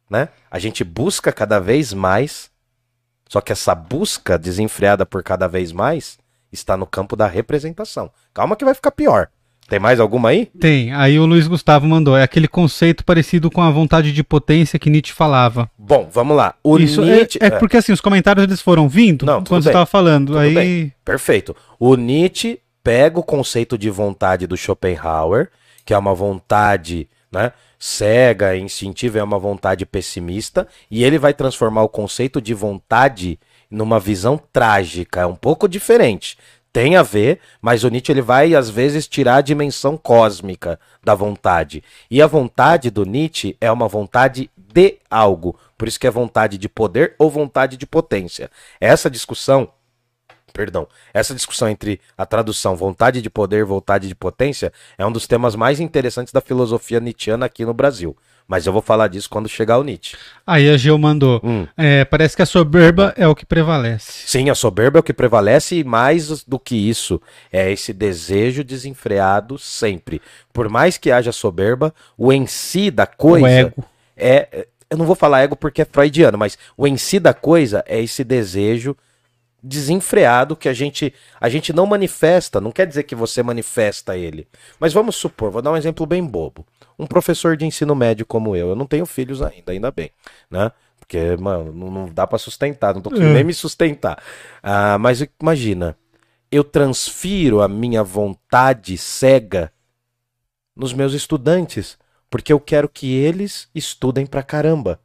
né? A gente busca cada vez mais, só que essa busca desenfreada por cada vez mais está no campo da representação. Calma que vai ficar pior. Tem mais alguma aí? Tem. Aí o Luiz Gustavo mandou. É aquele conceito parecido com a vontade de potência que Nietzsche falava. Bom, vamos lá. O Isso Nietzsche... é, é porque assim, os comentários eles foram vindo Não, quando você bem, estava falando. tudo Aí... bem. Perfeito. O Nietzsche pega o conceito de vontade do Schopenhauer, que é uma vontade, né, cega, instintiva, é uma vontade pessimista, e ele vai transformar o conceito de vontade numa visão trágica. É um pouco diferente. Tem a ver, mas o Nietzsche ele vai, às vezes, tirar a dimensão cósmica da vontade. E a vontade do Nietzsche é uma vontade de algo. Por isso que é vontade de poder ou vontade de potência. Essa discussão, perdão, essa discussão entre a tradução vontade de poder e vontade de potência é um dos temas mais interessantes da filosofia nietzschiana aqui no Brasil. Mas eu vou falar disso quando chegar o Nietzsche. Aí a Geo mandou. Hum. É, parece que a soberba é o que prevalece. Sim, a soberba é o que prevalece e mais do que isso, é esse desejo desenfreado sempre. Por mais que haja soberba, o em si da coisa... O ego. É, eu não vou falar ego porque é freudiano, mas o em si da coisa é esse desejo desenfreado que a gente, a gente não manifesta. Não quer dizer que você manifesta ele. Mas vamos supor, vou dar um exemplo bem bobo. Um professor de ensino médio como eu, eu não tenho filhos ainda, ainda bem, né? Porque, mano, não, não dá pra sustentar, não tô conseguindo nem me sustentar. Ah, mas imagina, eu transfiro a minha vontade cega nos meus estudantes, porque eu quero que eles estudem pra caramba.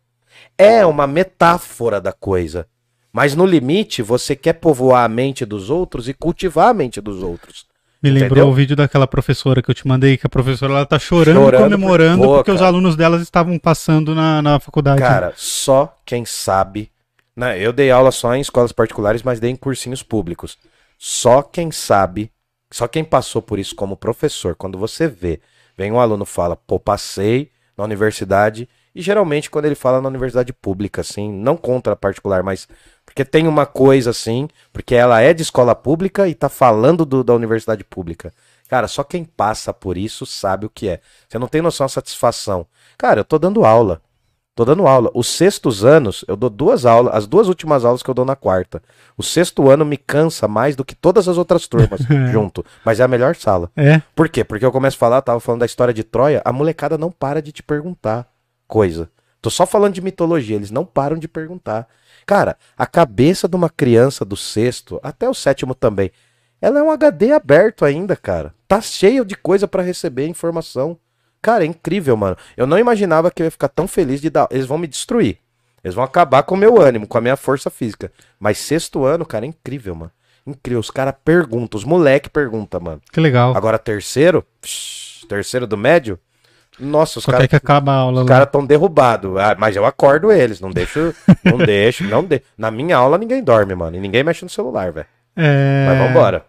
É uma metáfora da coisa, mas no limite você quer povoar a mente dos outros e cultivar a mente dos outros. Me lembrou Entendeu? o vídeo daquela professora que eu te mandei, que a professora ela tá chorando, Chorando comemorando, por- Pô, porque os cara. alunos delas estavam passando na, na faculdade. Cara, só quem sabe, né? Eu dei aula só em escolas particulares, mas dei em cursinhos públicos. Só quem sabe, só quem passou por isso como professor, quando você vê, vem um aluno e fala, pô, passei na universidade, e geralmente quando ele fala na universidade pública, assim, não contra a particular, mas porque tem uma coisa assim, porque ela é de escola pública e tá falando do, da universidade pública. Cara, só quem passa por isso sabe o que é. Você não tem noção da satisfação. Cara, eu tô dando aula. Tô dando aula. Os sextos anos, eu dou duas aulas, as duas últimas aulas que eu dou na quarta. O sexto ano me cansa mais do que todas as outras turmas junto. Mas é a melhor sala. É. Por quê? Porque eu começo a falar, tava falando da história de Troia, a molecada não para de te perguntar coisa. Tô só falando de mitologia, eles não param de perguntar. Cara, a cabeça de uma criança do sexto, até o sétimo também, ela é um H D aberto ainda, cara. Tá cheio de coisa pra receber informação. Cara, é incrível, mano. Eu não imaginava que eu ia ficar tão feliz de dar. Eles vão me destruir. Eles vão acabar com o meu ânimo, com a minha força física. Mas sexto ano, cara, é incrível, mano. Incrível. Os caras perguntam, os moleque perguntam, mano. Que legal. Agora, terceiro, psh, terceiro do médio, nossa, os Só caras quer que acabe a aula. os lá. caras estão derrubados. Ah, mas eu acordo eles, não deixo, não deixo, não deixo. Na minha aula ninguém dorme, mano, e ninguém mexe no celular, velho. É... Mas vambora.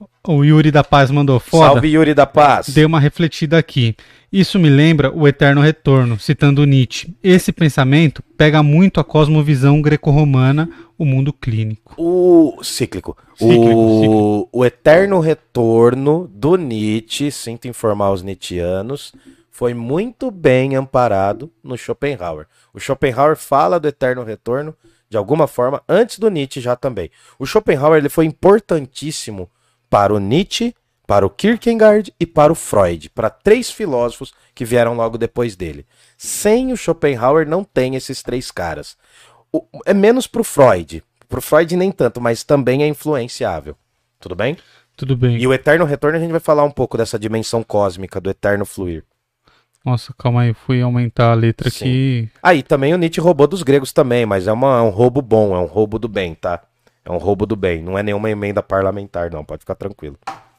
O Yuri da Paz mandou foda. Salve, Yuri da Paz. Dei uma refletida aqui. Isso me lembra o Eterno Retorno, citando Nietzsche. Esse pensamento pega muito a cosmovisão greco-romana, o mundo clínico. O cíclico. Cíclico, o... cíclico. o eterno retorno do Nietzsche, sinto informar os nietzschianos, foi muito bem amparado no Schopenhauer. O Schopenhauer fala do eterno retorno, de alguma forma, antes do Nietzsche já também. O Schopenhauer ele foi importantíssimo para o Nietzsche, para o Kierkegaard e para o Freud, para três filósofos que vieram logo depois dele. Sem o Schopenhauer não tem esses três caras. O, é menos pro Freud. Pro Freud nem tanto, mas também é influenciável. Tudo bem? Tudo bem. E o eterno retorno a gente vai falar um pouco dessa dimensão cósmica do eterno fluir. Nossa, calma aí, fui aumentar a letra Sim. aqui. Aí também o Nietzsche roubou dos gregos também, mas é, uma, é um roubo bom, é um roubo do bem, tá? É um roubo do bem, não é nenhuma emenda parlamentar, não, pode ficar tranquilo.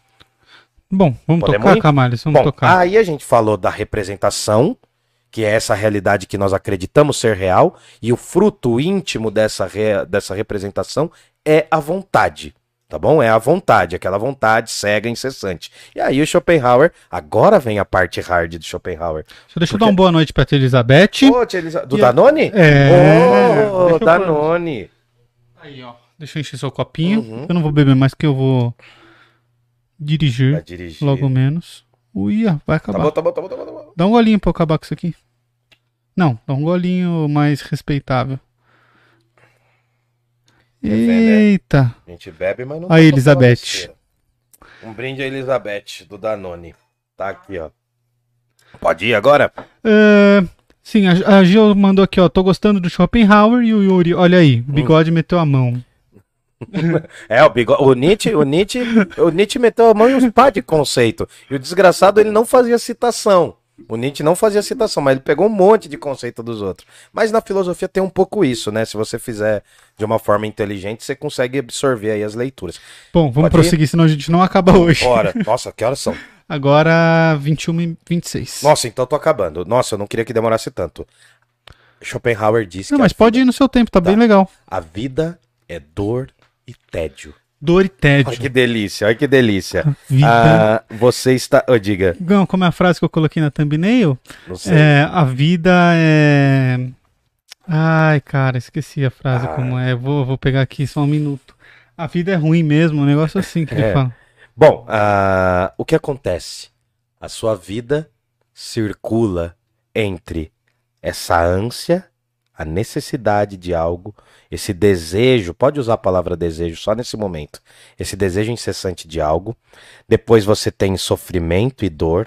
Bom, vamos Podemos tocar, ir? Camales, vamos Bom, tocar. aí a gente falou da representação, que é essa realidade que nós acreditamos ser real, e o fruto íntimo dessa, re... dessa representação é a vontade, tá bom? É a vontade, aquela vontade cega, incessante. E aí o Schopenhauer, agora vem a parte hard do Schopenhauer. Só deixa eu porque- dar uma boa noite pra tia Elizabeth. Ô, tia Elisa- Do E- Danone? É. Ô, Deixa eu Danone. Aí, ó. Deixa eu encher seu copinho. Uhum. Eu não vou beber mais que eu vou dirigir, Vai dirigir. logo menos. Ui, vai Tá acabar. bom, tá bom, tá bom, tá bom, tá bom. Dá um golinho pra eu acabar com isso aqui. Não, dá um golinho mais respeitável. Quer ver, né? Eita. A gente bebe, mas não Aí, tá Elizabeth. besteira. Um brinde a Elizabeth, do Danone. Tá aqui, ó. Pode ir agora? É, sim, a, a Gil mandou aqui, ó. Tô gostando do Schopenhauer e o Yuri. Olha aí, o bigode hum. meteu a mão. É, o bigode. O Nietzsche, o Nietzsche, o Nietzsche meteu a mão em uns pá de conceito. E o desgraçado, ele não fazia citação. O Nietzsche não fazia citação, mas ele pegou um monte de conceito dos outros. Mas na filosofia tem um pouco isso, né? Se você fizer de uma forma inteligente, você consegue absorver aí as leituras. Bom, vamos Pode prosseguir, ir? Senão a gente não acaba hoje. Bora. Nossa, que horas são? Agora vinte e uma e vinte e seis. Nossa, então tô acabando. Nossa, eu não queria que demorasse tanto. Schopenhauer disse não, que... mas pode vida... ir no seu tempo, tá, tá bem legal. A vida é dor e tédio. Dor e tédio. Olha que delícia, olha que delícia. Vida... Ah, você está... Oh, diga. Não, como é a frase que eu coloquei na thumbnail? Não sei. É, a vida é... Ai, cara, esqueci a frase ah. como é. Vou, vou pegar aqui só um minuto. A vida é ruim mesmo, um negócio assim que é. ele fala. Bom, uh, o que acontece? A sua vida circula entre essa ânsia, a necessidade de algo, esse desejo, pode usar a palavra desejo só nesse momento, esse desejo incessante de algo, depois você tem sofrimento e dor,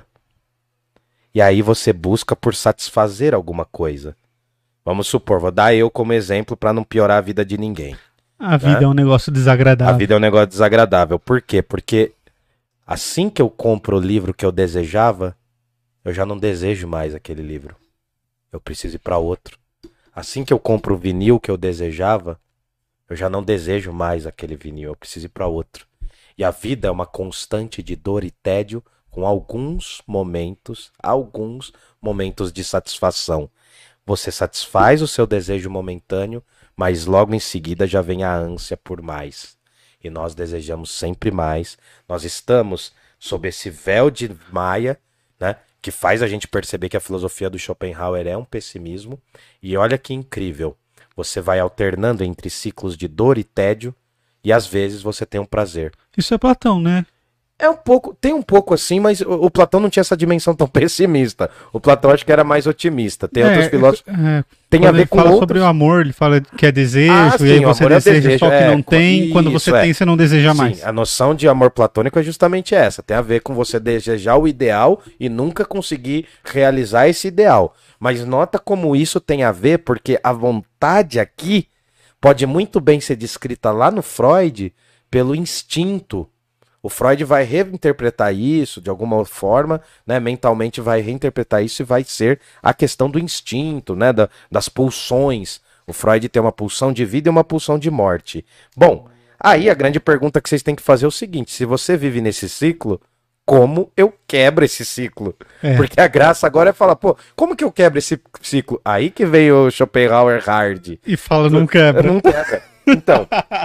e aí você busca por satisfazer alguma coisa. Vamos supor, vou dar eu como exemplo para não piorar a vida de ninguém. A vida né? é um negócio desagradável. A vida é um negócio desagradável. Por quê? Porque assim que eu compro o livro que eu desejava, eu já não desejo mais aquele livro. Eu preciso ir para outro. Assim que eu compro o vinil que eu desejava, eu já não desejo mais aquele vinil. Eu preciso ir para outro. E a vida é uma constante de dor e tédio com alguns momentos, alguns momentos de satisfação. Você satisfaz o seu desejo momentâneo, mas logo em seguida já vem a ânsia por mais. E nós desejamos sempre mais. Nós estamos sob esse véu de Maia, né, que faz a gente perceber que a filosofia do Schopenhauer é um pessimismo. E olha que incrível. Você vai alternando entre ciclos de dor e tédio e às vezes você tem um prazer. Isso é Platão, né? É um pouco, tem um pouco assim, mas o, o Platão não tinha essa dimensão tão pessimista. O Platão acho que era mais otimista. Tem é, outros filósofos. É, tem a ver com ele fala outros... sobre o amor, ele fala que é desejo, ah, sim, e aí você deseja é desejo, só que é, não tem, isso, quando você é. tem, você não deseja sim, mais. A noção de amor platônico é justamente essa. Tem a ver com você desejar o ideal e nunca conseguir realizar esse ideal. Mas nota como isso tem a ver, porque a vontade aqui pode muito bem ser descrita lá no Freud pelo instinto. O Freud vai reinterpretar isso de alguma forma, né, mentalmente vai reinterpretar isso e vai ser a questão do instinto, né, da, das pulsões. O Freud tem uma pulsão de vida e uma pulsão de morte. Bom, aí a grande pergunta que vocês têm que fazer é o seguinte, se você vive nesse ciclo, como eu quebro esse ciclo? É. Porque a graça agora é falar, pô, como que eu quebro esse ciclo? Aí que veio o Schopenhauer hard. E fala, não quebra. Não quebra. Então,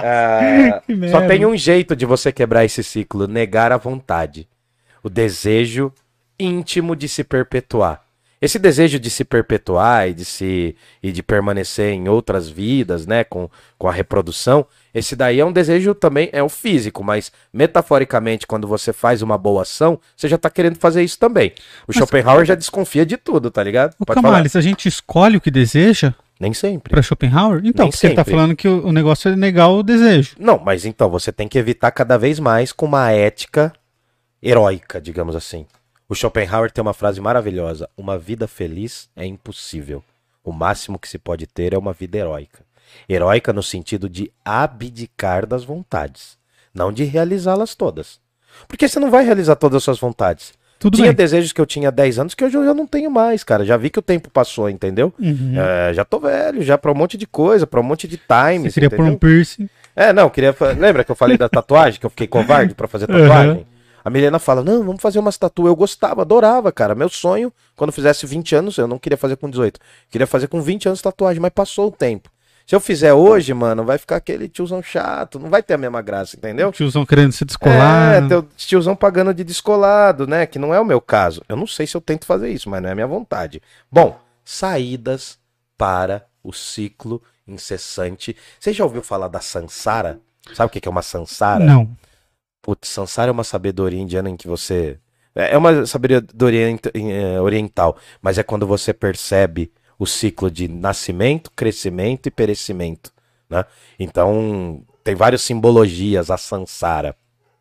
uh, só tem um jeito de você quebrar esse ciclo, negar a vontade. O desejo íntimo de se perpetuar. Esse desejo de se perpetuar e de, se, e de permanecer em outras vidas, né, com, com a reprodução, esse daí é um desejo também, é o físico, mas metaforicamente, quando você faz uma boa ação, você já tá querendo fazer isso também. O mas... Schopenhauer já desconfia de tudo, tá ligado? O Camales, a gente escolhe o que deseja? Nem sempre. Para Schopenhauer? Então, Nem porque sempre. ele tá falando que o, o negócio é negar o desejo. Não, mas então, você tem que evitar cada vez mais com uma ética heróica, digamos assim. O Schopenhauer tem uma frase maravilhosa. Uma vida feliz é impossível. O máximo que se pode ter é uma vida heróica. Heróica no sentido de abdicar das vontades. Não de realizá-las todas. Porque você não vai realizar todas as suas vontades. Tudo tinha bem. desejos que eu tinha dez anos que hoje eu já não tenho mais, cara. Já vi que o tempo passou, entendeu? Uhum. É, já tô velho, já pra um monte de coisa, pra um monte de time. Você queria pôr um piercing? É, não, queria... Lembra que eu falei da tatuagem, que eu fiquei covarde pra fazer tatuagem? Uhum. A Milena fala, não, vamos fazer umas tatuas. Eu gostava, adorava, cara. Meu sonho, quando fizesse vinte anos, eu não queria fazer com dezoito. Queria fazer com vinte anos tatuagem, mas passou o tempo. Se eu fizer hoje, mano, vai ficar aquele tiozão chato, não vai ter a mesma graça, entendeu? O tiozão querendo ser descolado. É, teu tiozão pagando de descolado, né? Que não é o meu caso. Eu não sei se eu tento fazer isso, mas não é a minha vontade. Bom, saídas para o ciclo incessante. Você já ouviu falar da Sansara? Sabe o que é uma Sansara? Não. Putz, Sansara é uma sabedoria indiana em que você... É uma sabedoria oriental, mas é quando você percebe o ciclo de nascimento, crescimento e perecimento, né? Então, tem várias simbologias a Sansara.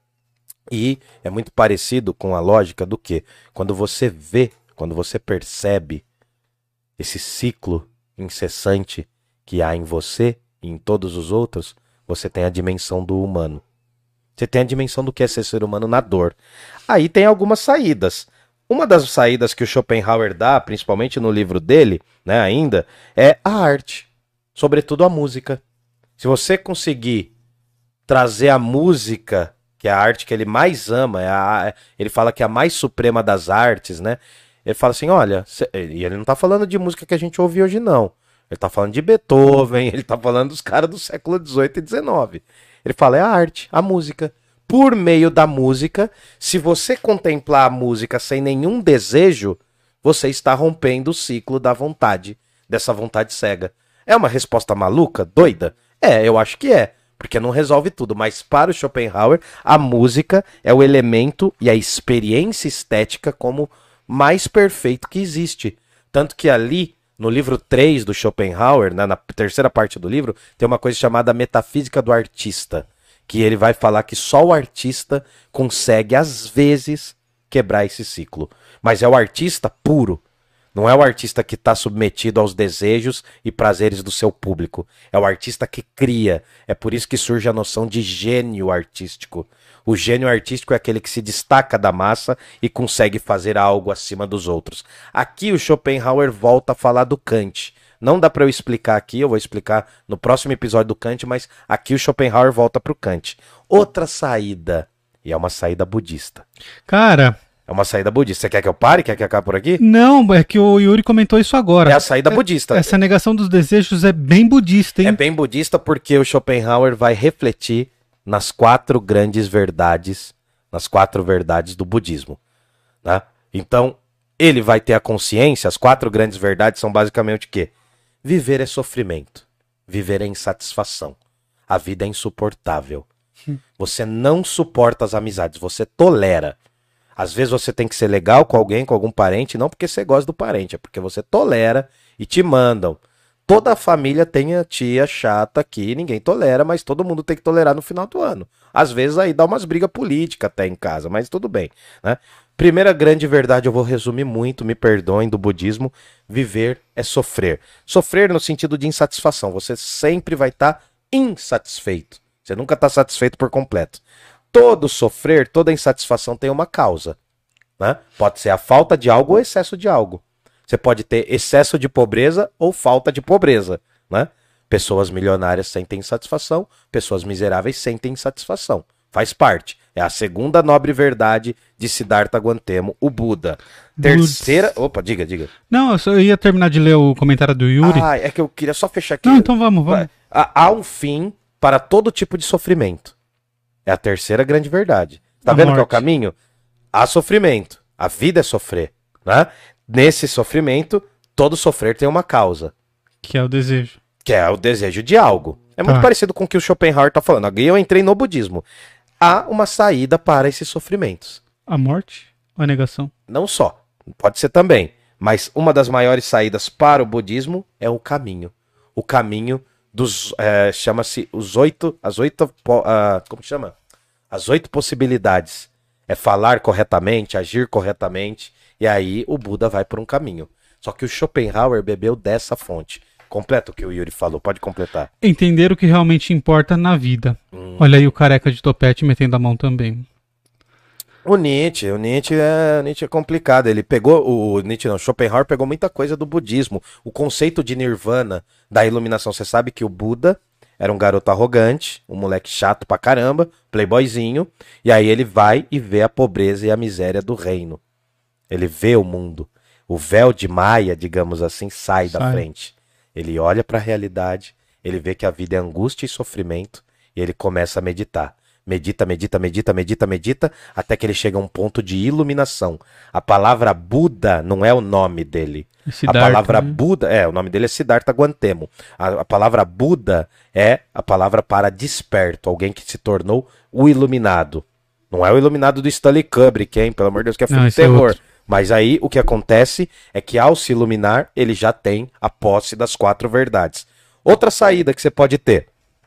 E é muito parecido com a lógica do que? Quando você vê, quando você percebe esse ciclo incessante que há em você e em todos os outros, você tem a dimensão do humano. Você tem a dimensão do que é ser ser humano na dor. Aí tem algumas saídas. Uma das saídas que o Schopenhauer dá, principalmente no livro dele, né, ainda, é a arte. Sobretudo a música. Se você conseguir trazer a música, que é a arte que ele mais ama, é a, ele fala que é a mais suprema das artes, né? Ele fala assim, olha, cê, e ele não tá falando de música que a gente ouve hoje, não. Ele tá falando de Beethoven, ele tá falando dos caras do século dezoito e dezenove. Ele fala, é a arte, a música. Por meio da música, se você contemplar a música sem nenhum desejo, você está rompendo o ciclo da vontade, dessa vontade cega. É uma resposta maluca, doida? É, eu acho que é, porque não resolve tudo, mas para o Schopenhauer, a música é o elemento e a experiência estética como mais perfeito que existe. Tanto que ali, no livro três do Schopenhauer, né, na terceira parte do livro, tem uma coisa chamada Metafísica do Artista, que ele vai falar que só o artista consegue, às vezes, quebrar esse ciclo. Mas é o artista puro. Não é o artista que está submetido aos desejos e prazeres do seu público. É o artista que cria. É por isso que surge a noção de gênio artístico. O gênio artístico é aquele que se destaca da massa e consegue fazer algo acima dos outros. Aqui o Schopenhauer volta a falar do Kant. Não dá para eu explicar aqui, eu vou explicar no próximo episódio do Kant, mas aqui o Schopenhauer volta pro Kant. Outra saída, e é uma saída budista. Cara... É uma saída budista. Você quer que eu pare? Quer que eu acabe por aqui? Não, é que o Yuri comentou isso agora. É a saída budista. Essa negação dos desejos é bem budista, hein? É bem budista porque o Schopenhauer vai refletir nas quatro grandes verdades, nas quatro verdades do budismo, né? Então, ele vai ter a consciência, as quatro grandes verdades são basicamente o quê? Viver é sofrimento. Viver é insatisfação. A vida é insuportável. Hum. Você não suporta as amizades, você tolera. Às vezes você tem que ser legal com alguém, com algum parente, não porque você gosta do parente, é porque você tolera e te mandam. Toda a família tem a tia chata aqui, ninguém tolera, mas todo mundo tem que tolerar no final do ano. Às vezes aí dá umas brigas políticas até em casa, mas tudo bem, né? Primeira grande verdade, eu vou resumir muito, me perdoem, do budismo: viver é sofrer. Sofrer no sentido de insatisfação. Você sempre vai estar insatisfeito. Você nunca está satisfeito por completo. Todo sofrer, toda insatisfação tem uma causa, né? Pode ser a falta de algo ou excesso de algo. Você pode ter excesso de pobreza ou falta de pobreza, né? Pessoas milionárias sentem insatisfação, pessoas miseráveis sentem insatisfação. Faz parte. É a segunda nobre verdade de Siddhartha Gautama, o Buda. Terceira... Opa, diga, diga. Não, eu só ia terminar de ler o comentário do Yuri. Ah, é que eu queria só fechar aqui. Não, então vamos, vamos. Há um fim para todo tipo de sofrimento. É a terceira grande verdade. Tá A vendo morte. que é o caminho? Há sofrimento. A vida é sofrer, né? Nesse sofrimento, todo sofrer tem uma causa. Que é o desejo. Que é o desejo de algo. É muito Tá. parecido com o que o Schopenhauer tá falando. Aqui eu entrei no budismo. Há uma saída para esses sofrimentos. A morte ou a negação? Não só. Pode ser também. Mas uma das maiores saídas para o budismo é o caminho. O caminho dos... É, chama-se os oito... As oito... Uh, como chama? As oito possibilidades. É falar corretamente, agir corretamente. E aí o Buda vai por um caminho. Só que o Schopenhauer bebeu dessa fonte. Completa o que o Yuri falou, pode completar. Entender o que realmente importa na vida. Hum. Olha aí o careca de topete metendo a mão também. O Nietzsche, o Nietzsche é, o Nietzsche é complicado. Ele pegou, o Nietzsche não, Schopenhauer pegou muita coisa do budismo. O conceito de nirvana, da iluminação. Você sabe que o Buda era um garoto arrogante, um moleque chato pra caramba, playboyzinho. E aí ele vai e vê a pobreza e a miséria do reino. Ele vê o mundo. O véu de Maia, digamos assim, sai, sai. da frente. Ele olha para a realidade, ele vê que a vida é angústia e sofrimento, e ele começa a meditar. Medita, medita, medita, medita, medita, até que ele chega a um ponto de iluminação. A palavra Buda não é o nome dele. Siddhartha, a palavra né? Buda, é, o nome dele é Siddhartha Gautama. A, a palavra Buda é a palavra para desperto, alguém que se tornou o iluminado. Não é o iluminado do Stanley Kubrick, hein? Pelo amor de Deus, que é filme Não, de esse é terror. outro. Mas aí o que acontece é que ao se iluminar, ele já tem a posse das quatro verdades. Outra saída que você pode ter,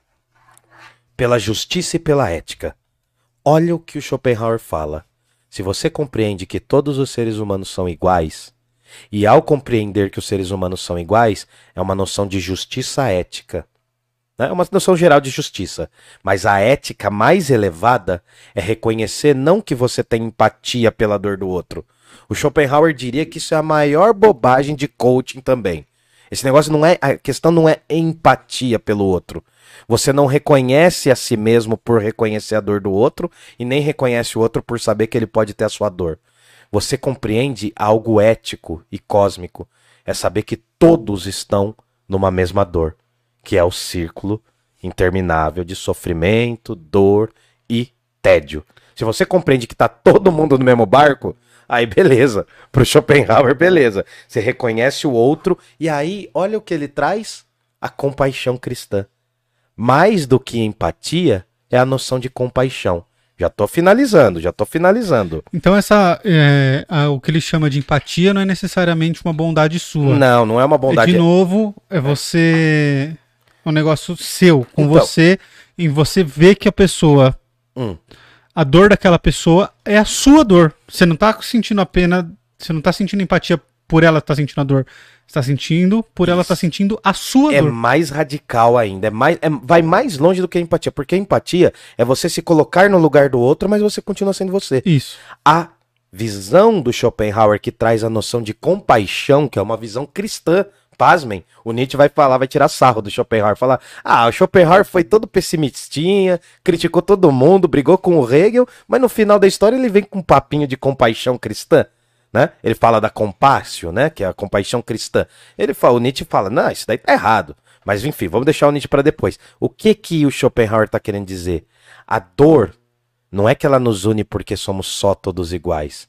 pela justiça e pela ética. Olha o que o Schopenhauer fala. Se você compreende que todos os seres humanos são iguais, e ao compreender que os seres humanos são iguais, é uma noção de justiça ética. É uma noção geral de justiça. Mas a ética mais elevada é reconhecer não que você tem empatia pela dor do outro. O Schopenhauer diria que isso é a maior bobagem de coaching também. Esse negócio não é... A questão não é empatia pelo outro. Você não reconhece a si mesmo por reconhecer a dor do outro e nem reconhece o outro por saber que ele pode ter a sua dor. Você compreende algo ético e cósmico. É saber que todos estão numa mesma dor, que é o círculo interminável de sofrimento, dor e tédio. Se você compreende que está todo mundo no mesmo barco, aí beleza. Para o Schopenhauer, beleza. Você reconhece o outro e aí, olha o que ele traz, a compaixão cristã. Mais do que empatia, é a noção de compaixão. Já tô finalizando, já tô finalizando. Então essa, é, a, o que ele chama de empatia não é necessariamente uma bondade sua. Não, não é uma bondade. É, de novo, é você... É um negócio seu, com Então. você, em você ver que a pessoa... Hum. A dor daquela pessoa é a sua dor. Você não tá sentindo a pena... Você não tá sentindo empatia por ela estar sentindo a dor. Você tá sentindo por ela estar sentindo a sua É dor. mais radical ainda, é mais, é, vai mais longe do que a empatia, porque a empatia é você se colocar no lugar do outro, mas você continua sendo você. Isso. A visão do Schopenhauer que traz a noção de compaixão, que é uma visão cristã, pasmem, o Nietzsche vai falar, vai tirar sarro do Schopenhauer, falar, ah, o Schopenhauer foi todo pessimistinha, criticou todo mundo, brigou com o Hegel, mas no final da história ele vem com um papinho de compaixão cristã. Né? Ele fala da compassio, né? Que é a compaixão cristã. Ele fala, o Nietzsche fala, não, isso daí tá errado. Mas enfim, vamos deixar o Nietzsche para depois. O que que o Schopenhauer está querendo dizer? A dor não é que ela nos une porque somos só todos iguais.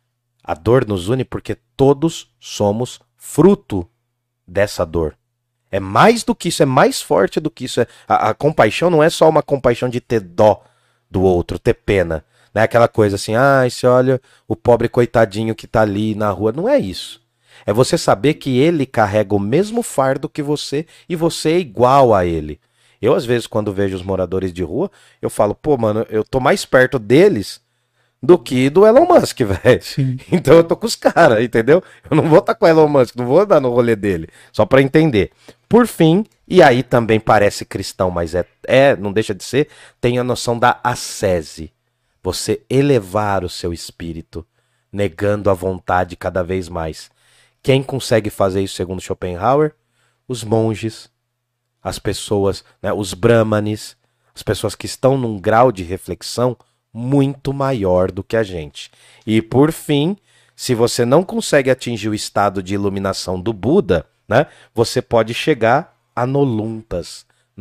A dor nos une porque todos somos fruto dessa dor. É mais do que isso, é mais forte do que isso. É, a, a compaixão não é só uma compaixão de ter dó do outro, ter pena. Não é aquela coisa assim, ah, você olha o pobre coitadinho que tá ali na rua. Não é isso. É você saber que ele carrega o mesmo fardo que você e você é igual a ele. Eu, às vezes, quando vejo os moradores de rua, eu falo, pô, mano, eu tô mais perto deles do que do Elon Musk, velho. Então eu tô com os caras, entendeu? Eu não vou estar com o Elon Musk, não vou andar no rolê dele. Só pra entender. Por fim, e aí também parece cristão, mas é, é não deixa de ser, tem a noção da ascese. Você elevar o seu espírito, negando a vontade cada vez mais. Quem consegue fazer isso segundo Schopenhauer? Os monges, as pessoas, né, os brahmanes, as pessoas que estão num grau de reflexão muito maior do que a gente. E por fim, se você não consegue atingir o estado de iluminação do Buda, né, você pode chegar a noluntas.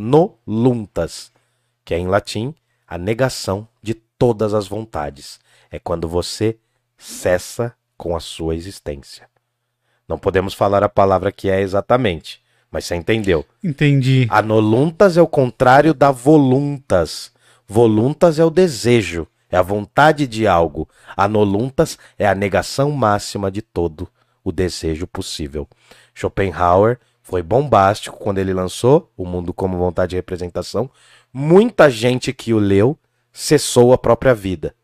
Noluntas, que é em latim a negação de todas as vontades. É quando você cessa com a sua existência. Não podemos falar a palavra que é exatamente, mas você entendeu. Entendi. A noluntas é o contrário da voluntas. Voluntas é o desejo, é a vontade de algo. A noluntas é a negação máxima de todo o desejo possível. Schopenhauer foi bombástico quando ele lançou O Mundo como Vontade e Representação. Muita gente que o leu cessou a própria vida.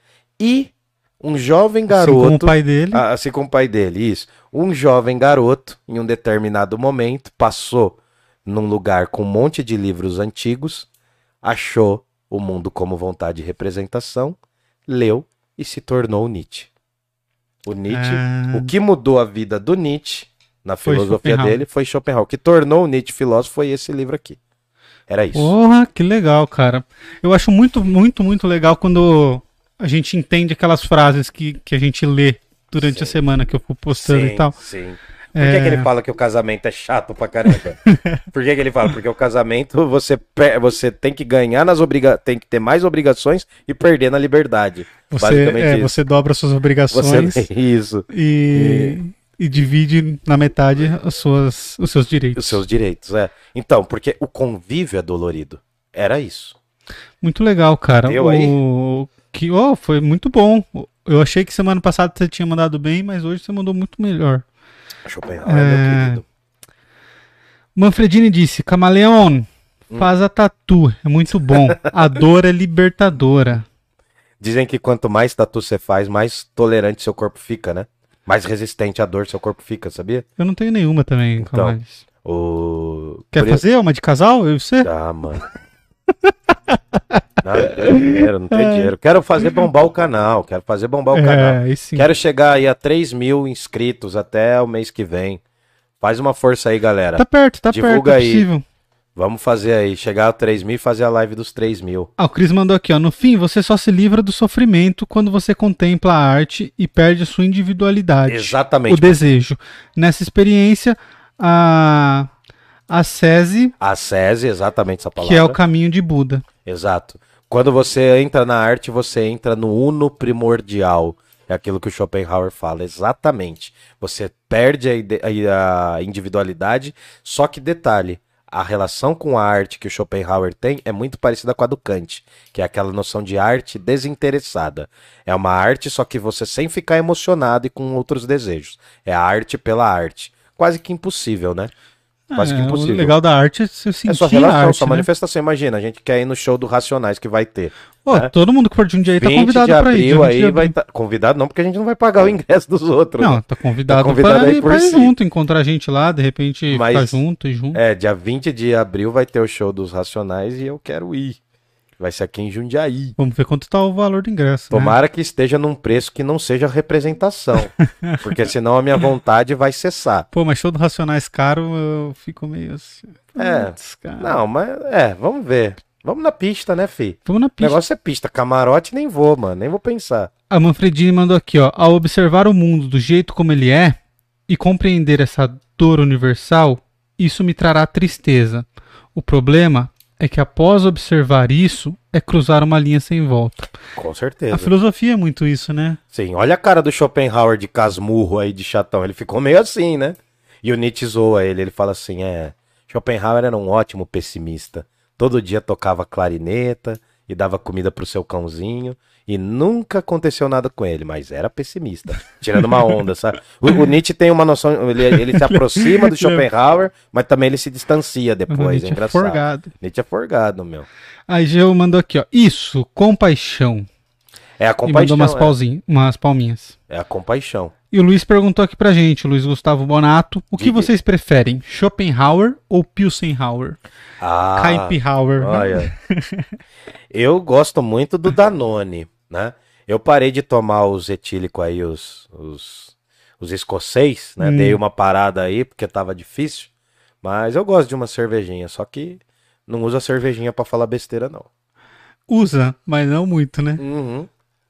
E um jovem garoto... Assim como o pai dele. Assim como o pai dele, isso. Um jovem garoto, em um determinado momento, passou num lugar com um monte de livros antigos, achou O Mundo como Vontade e Representação, leu e se tornou Nietzsche. O Nietzsche, Ah. o que mudou a vida do Nietzsche, na Foi filosofia Schopenhauer. dele, foi Schopenhauer. O que tornou o Nietzsche filósofo foi esse livro aqui. Era isso. Porra, que legal, cara. Eu acho muito, muito, muito legal quando a gente entende aquelas frases que, que a gente lê durante Sim. a semana que eu fui postando Sim, e tal. sim. Por É. que, que ele fala que o casamento é chato pra caramba? Por que, que ele fala? Porque o casamento você, pe- você tem que ganhar nas obriga... tem que ter mais obrigações e perder na liberdade. Você, Basicamente é, isso. você dobra suas obrigações Você... Isso. e, e divide na metade as suas, os seus direitos. Os seus direitos, é. Então, porque o convívio é dolorido. Era isso. Muito legal, cara. Deu aí? O... Que, oh, foi muito bom. Eu achei que semana passada você tinha mandado bem, mas hoje você mandou muito melhor. Schopenhauer, é... meu querido. Manfredini disse, Camaleon, hum. faz a tatu, é muito bom. A dor é libertadora. Dizem que quanto mais tatu você faz, mais tolerante seu corpo fica, né? Mais resistente à dor seu corpo fica, sabia? Eu não tenho nenhuma também, então, o... Quer Por fazer isso... uma de casal, eu e você? Ah, mano. Não, não tem dinheiro, não tem é. dinheiro. Quero fazer bombar o canal, quero fazer bombar o é, canal. Sim. Quero chegar aí a três mil inscritos até o mês que vem. Faz uma força aí, galera. Tá perto, tá Divulga perto, é aí. possível. Vamos fazer aí, chegar a três mil e fazer a live dos três mil. Ah, o Cris mandou aqui, ó. No fim, você só se livra do sofrimento quando você contempla a arte e perde a sua individualidade. Exatamente. O desejo. Nessa experiência, a... a sese... A sese, exatamente essa palavra. Que é o caminho de Buda. Exato. Quando você entra na arte, você entra no uno primordial. É aquilo que o Schopenhauer fala, exatamente. Você perde a, a individualidade, só que detalhe, a relação com a arte que o Schopenhauer tem é muito parecida com a do Kant, que é aquela noção de arte desinteressada. É uma arte, só que você sem ficar emocionado e com outros desejos. É a arte pela arte. Quase que impossível, né? Quase é, que impossível. O legal da arte é você sentir é sua relação, a arte, sua né? manifestação. Imagina, a gente quer ir no show do Racionais que vai ter. Pô, né? Todo mundo que for de um dia aí tá convidado pra ir. aí vai tá... Convidado não, porque a gente não vai pagar o ingresso dos outros. Não, né? tá convidado, tá convidado pra, aí ir, por pra ir si. junto, encontrar a gente lá, de repente Mas, ficar junto e junto. É, dia vinte de abril vai ter o show dos Racionais e eu quero ir. Vai ser aqui em Jundiaí. Vamos ver quanto tá o valor do ingresso. Tomara né? que esteja num preço que não seja representação. Porque senão a minha vontade vai cessar. Pô, mas show do Racionais caro, eu fico meio assim. É, Putz, cara. não, mas é, vamos ver. Vamos na pista, né, fi? Vamos na pista. O negócio é pista. Camarote nem vou, mano. Nem vou pensar. A Manfredini mandou aqui, ó. Ao observar o mundo do jeito como ele é e compreender essa dor universal, isso me trará tristeza. O problema é que após observar isso, é cruzar uma linha sem volta. Com certeza. A filosofia é muito isso, né? Sim, olha a cara do Schopenhauer de casmurro aí, de chatão. Ele ficou meio assim, né? E o Nietzsche zoa ele. Ele fala assim, é... Schopenhauer era um ótimo pessimista. Todo dia tocava clarineta e dava comida pro seu cãozinho. E nunca aconteceu nada com ele, mas era pessimista. Tirando uma onda, sabe? O, o Nietzsche tem uma noção, ele, ele se aproxima do Schopenhauer, mas também ele se distancia depois. Nietzsche é engraçado. É forgado. Nietzsche é forgado, meu. Aí Geo mandou aqui, ó. Isso, compaixão. É a compaixão. E mandou umas, é. pauzinhas, umas palminhas. É a compaixão. E o Luiz perguntou aqui pra gente, o Luiz Gustavo Bonato, o que Diga. vocês preferem, Schopenhauer ou Pilsenhauer? Ah, Caipihauer. Olha, eu gosto muito do Danone, né? Eu parei de tomar os etílicos aí, os, os, os escocês, né? Hum. Dei uma parada aí porque tava difícil, mas eu gosto de uma cervejinha, só que não uso a cervejinha pra falar besteira, não. Usa, mas não muito, né? Uhum.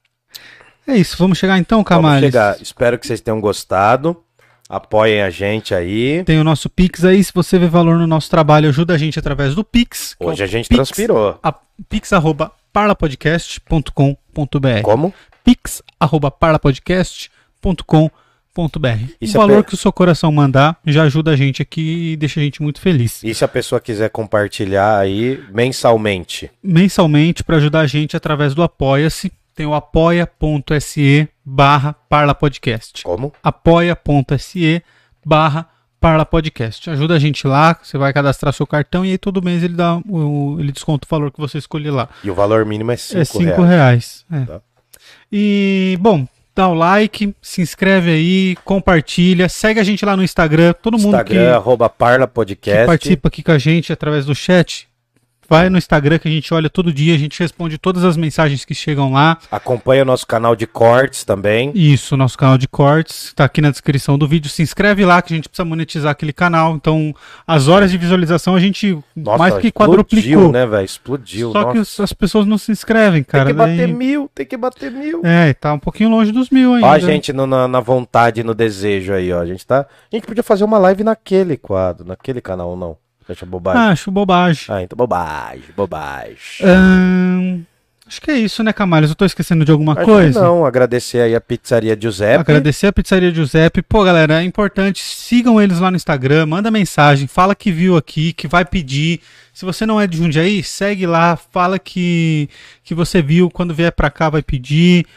É isso, vamos chegar então, Camales? Vamos chegar. Espero que vocês tenham gostado. Apoiem a gente aí. Tem o nosso Pix aí, se você vê valor no nosso trabalho, ajuda a gente através do Pix. Hoje a gente Pix, transpirou. A, pix arroba parlapodcast ponto com ponto br. Como? Pix arroba parlapodcast ponto com ponto br. O E se valor a pe- que o seu coração mandar já ajuda a gente aqui e deixa a gente muito feliz. E se a pessoa quiser compartilhar aí mensalmente? Mensalmente, para ajudar a gente através do Apoia-se, tem o apoia.se barra parlapodcast. Como? apoia.se barra parlapodcast. Ajuda a gente lá, você vai cadastrar seu cartão e aí todo mês ele dá o, ele desconta o valor que você escolher lá. E o valor mínimo é cinco É cinco reais. É. Tá. E, bom, dá o like, se inscreve aí, compartilha, segue a gente lá no Instagram, todo mundo Instagram, que, arroba Parla Podcast. que participa aqui com a gente através do chat, vai no Instagram que a gente olha todo dia, a gente responde todas as mensagens que chegam lá. Acompanha o nosso canal de cortes também. Isso, nosso canal de cortes, tá aqui na descrição do vídeo. Se inscreve lá que a gente precisa monetizar aquele canal. Então, as horas de visualização a gente Nossa, mais que explodiu, quadruplicou. né, velho? Explodiu. Só Nossa. que os- as pessoas não se inscrevem, cara. Tem que bater daí- mil, tem que bater mil. É, tá um pouquinho longe dos mil ainda. Ó, a gente no- na, na vontade, no desejo aí, ó. A gente tá. A gente podia fazer uma live naquele quadro, naquele canal ou não? Deixa bobagem. Ah, acho bobagem. Ah, então bobagem, bobagem. Ahn, acho que é isso, né, Camales? Eu tô esquecendo de alguma Acho que coisa? não, agradecer aí a pizzaria Giuseppe. Agradecer a Pizzaria Giuseppe. Pô, galera, é importante, sigam eles lá no Instagram, manda mensagem, fala que viu aqui, que vai pedir. Se você não é de Jundiaí, segue lá, fala que, que você viu, quando vier pra cá vai pedir.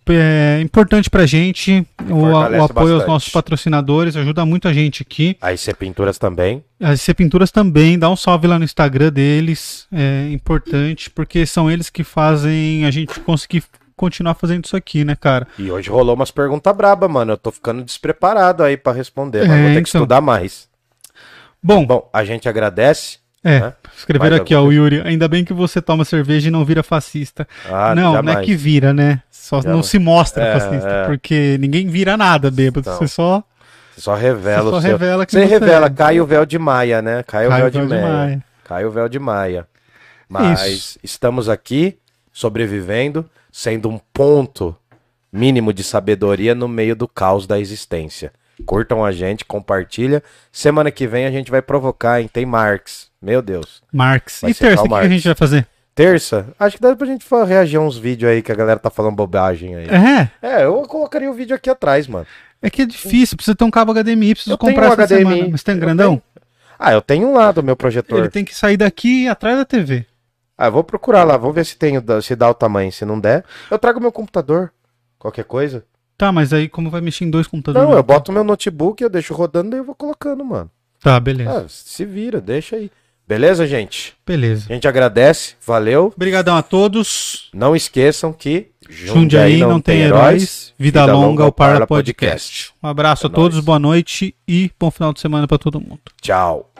é importante pra gente o, o apoio bastante. aos nossos patrocinadores, ajuda muito a gente aqui. A I C Pinturas também. A I C Pinturas também, dá um salve lá no Instagram deles, é importante, porque são eles que fazem a gente conseguir continuar fazendo isso aqui, né, cara? E hoje rolou umas perguntas brabas, mano, eu tô ficando despreparado aí pra responder, mas É, vou ter que então. estudar mais. Bom, Bom, a gente agradece. é, né? escreveram Mais aqui, ó, alguma o Yuri, ainda bem que você toma cerveja e não vira fascista. Ah, não, jamais. não é que vira, né? Só não Jamais. se mostra É, fascista, é. porque ninguém vira nada, bêbado, Não. você só... Você só revela Você só o seu... revela que você você revela, é. cai o véu de Maia, né? Cai o Cai véu o de, véu de Maia. Maia. Cai o véu de Maia. Mas Isso. estamos aqui, sobrevivendo, sendo um ponto mínimo de sabedoria no meio do caos da existência. Curtam a gente, compartilha. Semana que vem a gente vai provocar, hein? Tem Marx. Meu Deus. Marx. Vai E ser terça, Karl o que que a Marx. gente vai fazer? Terça? Acho que dá pra gente fa- reagir a uns vídeos aí que a galera tá falando bobagem aí. É, É, eu colocaria o vídeo aqui atrás, mano. é que é difícil, precisa ter um cabo H D M I, preciso Eu tenho comprar um essa H D M I. semana. Mas tem Eu grandão? tenho. Ah, eu tenho um lá do meu projetor. Ele tem que sair daqui e atrás da T V. Ah, eu vou procurar lá, vamos ver se tem, o da- se dá o tamanho. Se não der, eu trago meu computador. Qualquer coisa. Tá, mas aí como vai mexer em dois computadores? Não, eu boto meu notebook, eu deixo rodando e eu vou colocando, mano. Tá, beleza. Ah, se vira, deixa aí. Beleza, gente? Beleza. A gente agradece, valeu. Obrigadão a todos. Não esqueçam que Jundiaí não tem heróis, vida longa ao Parla Podcast. Um abraço É a todos, nóis. boa noite e bom final de semana pra todo mundo. Tchau.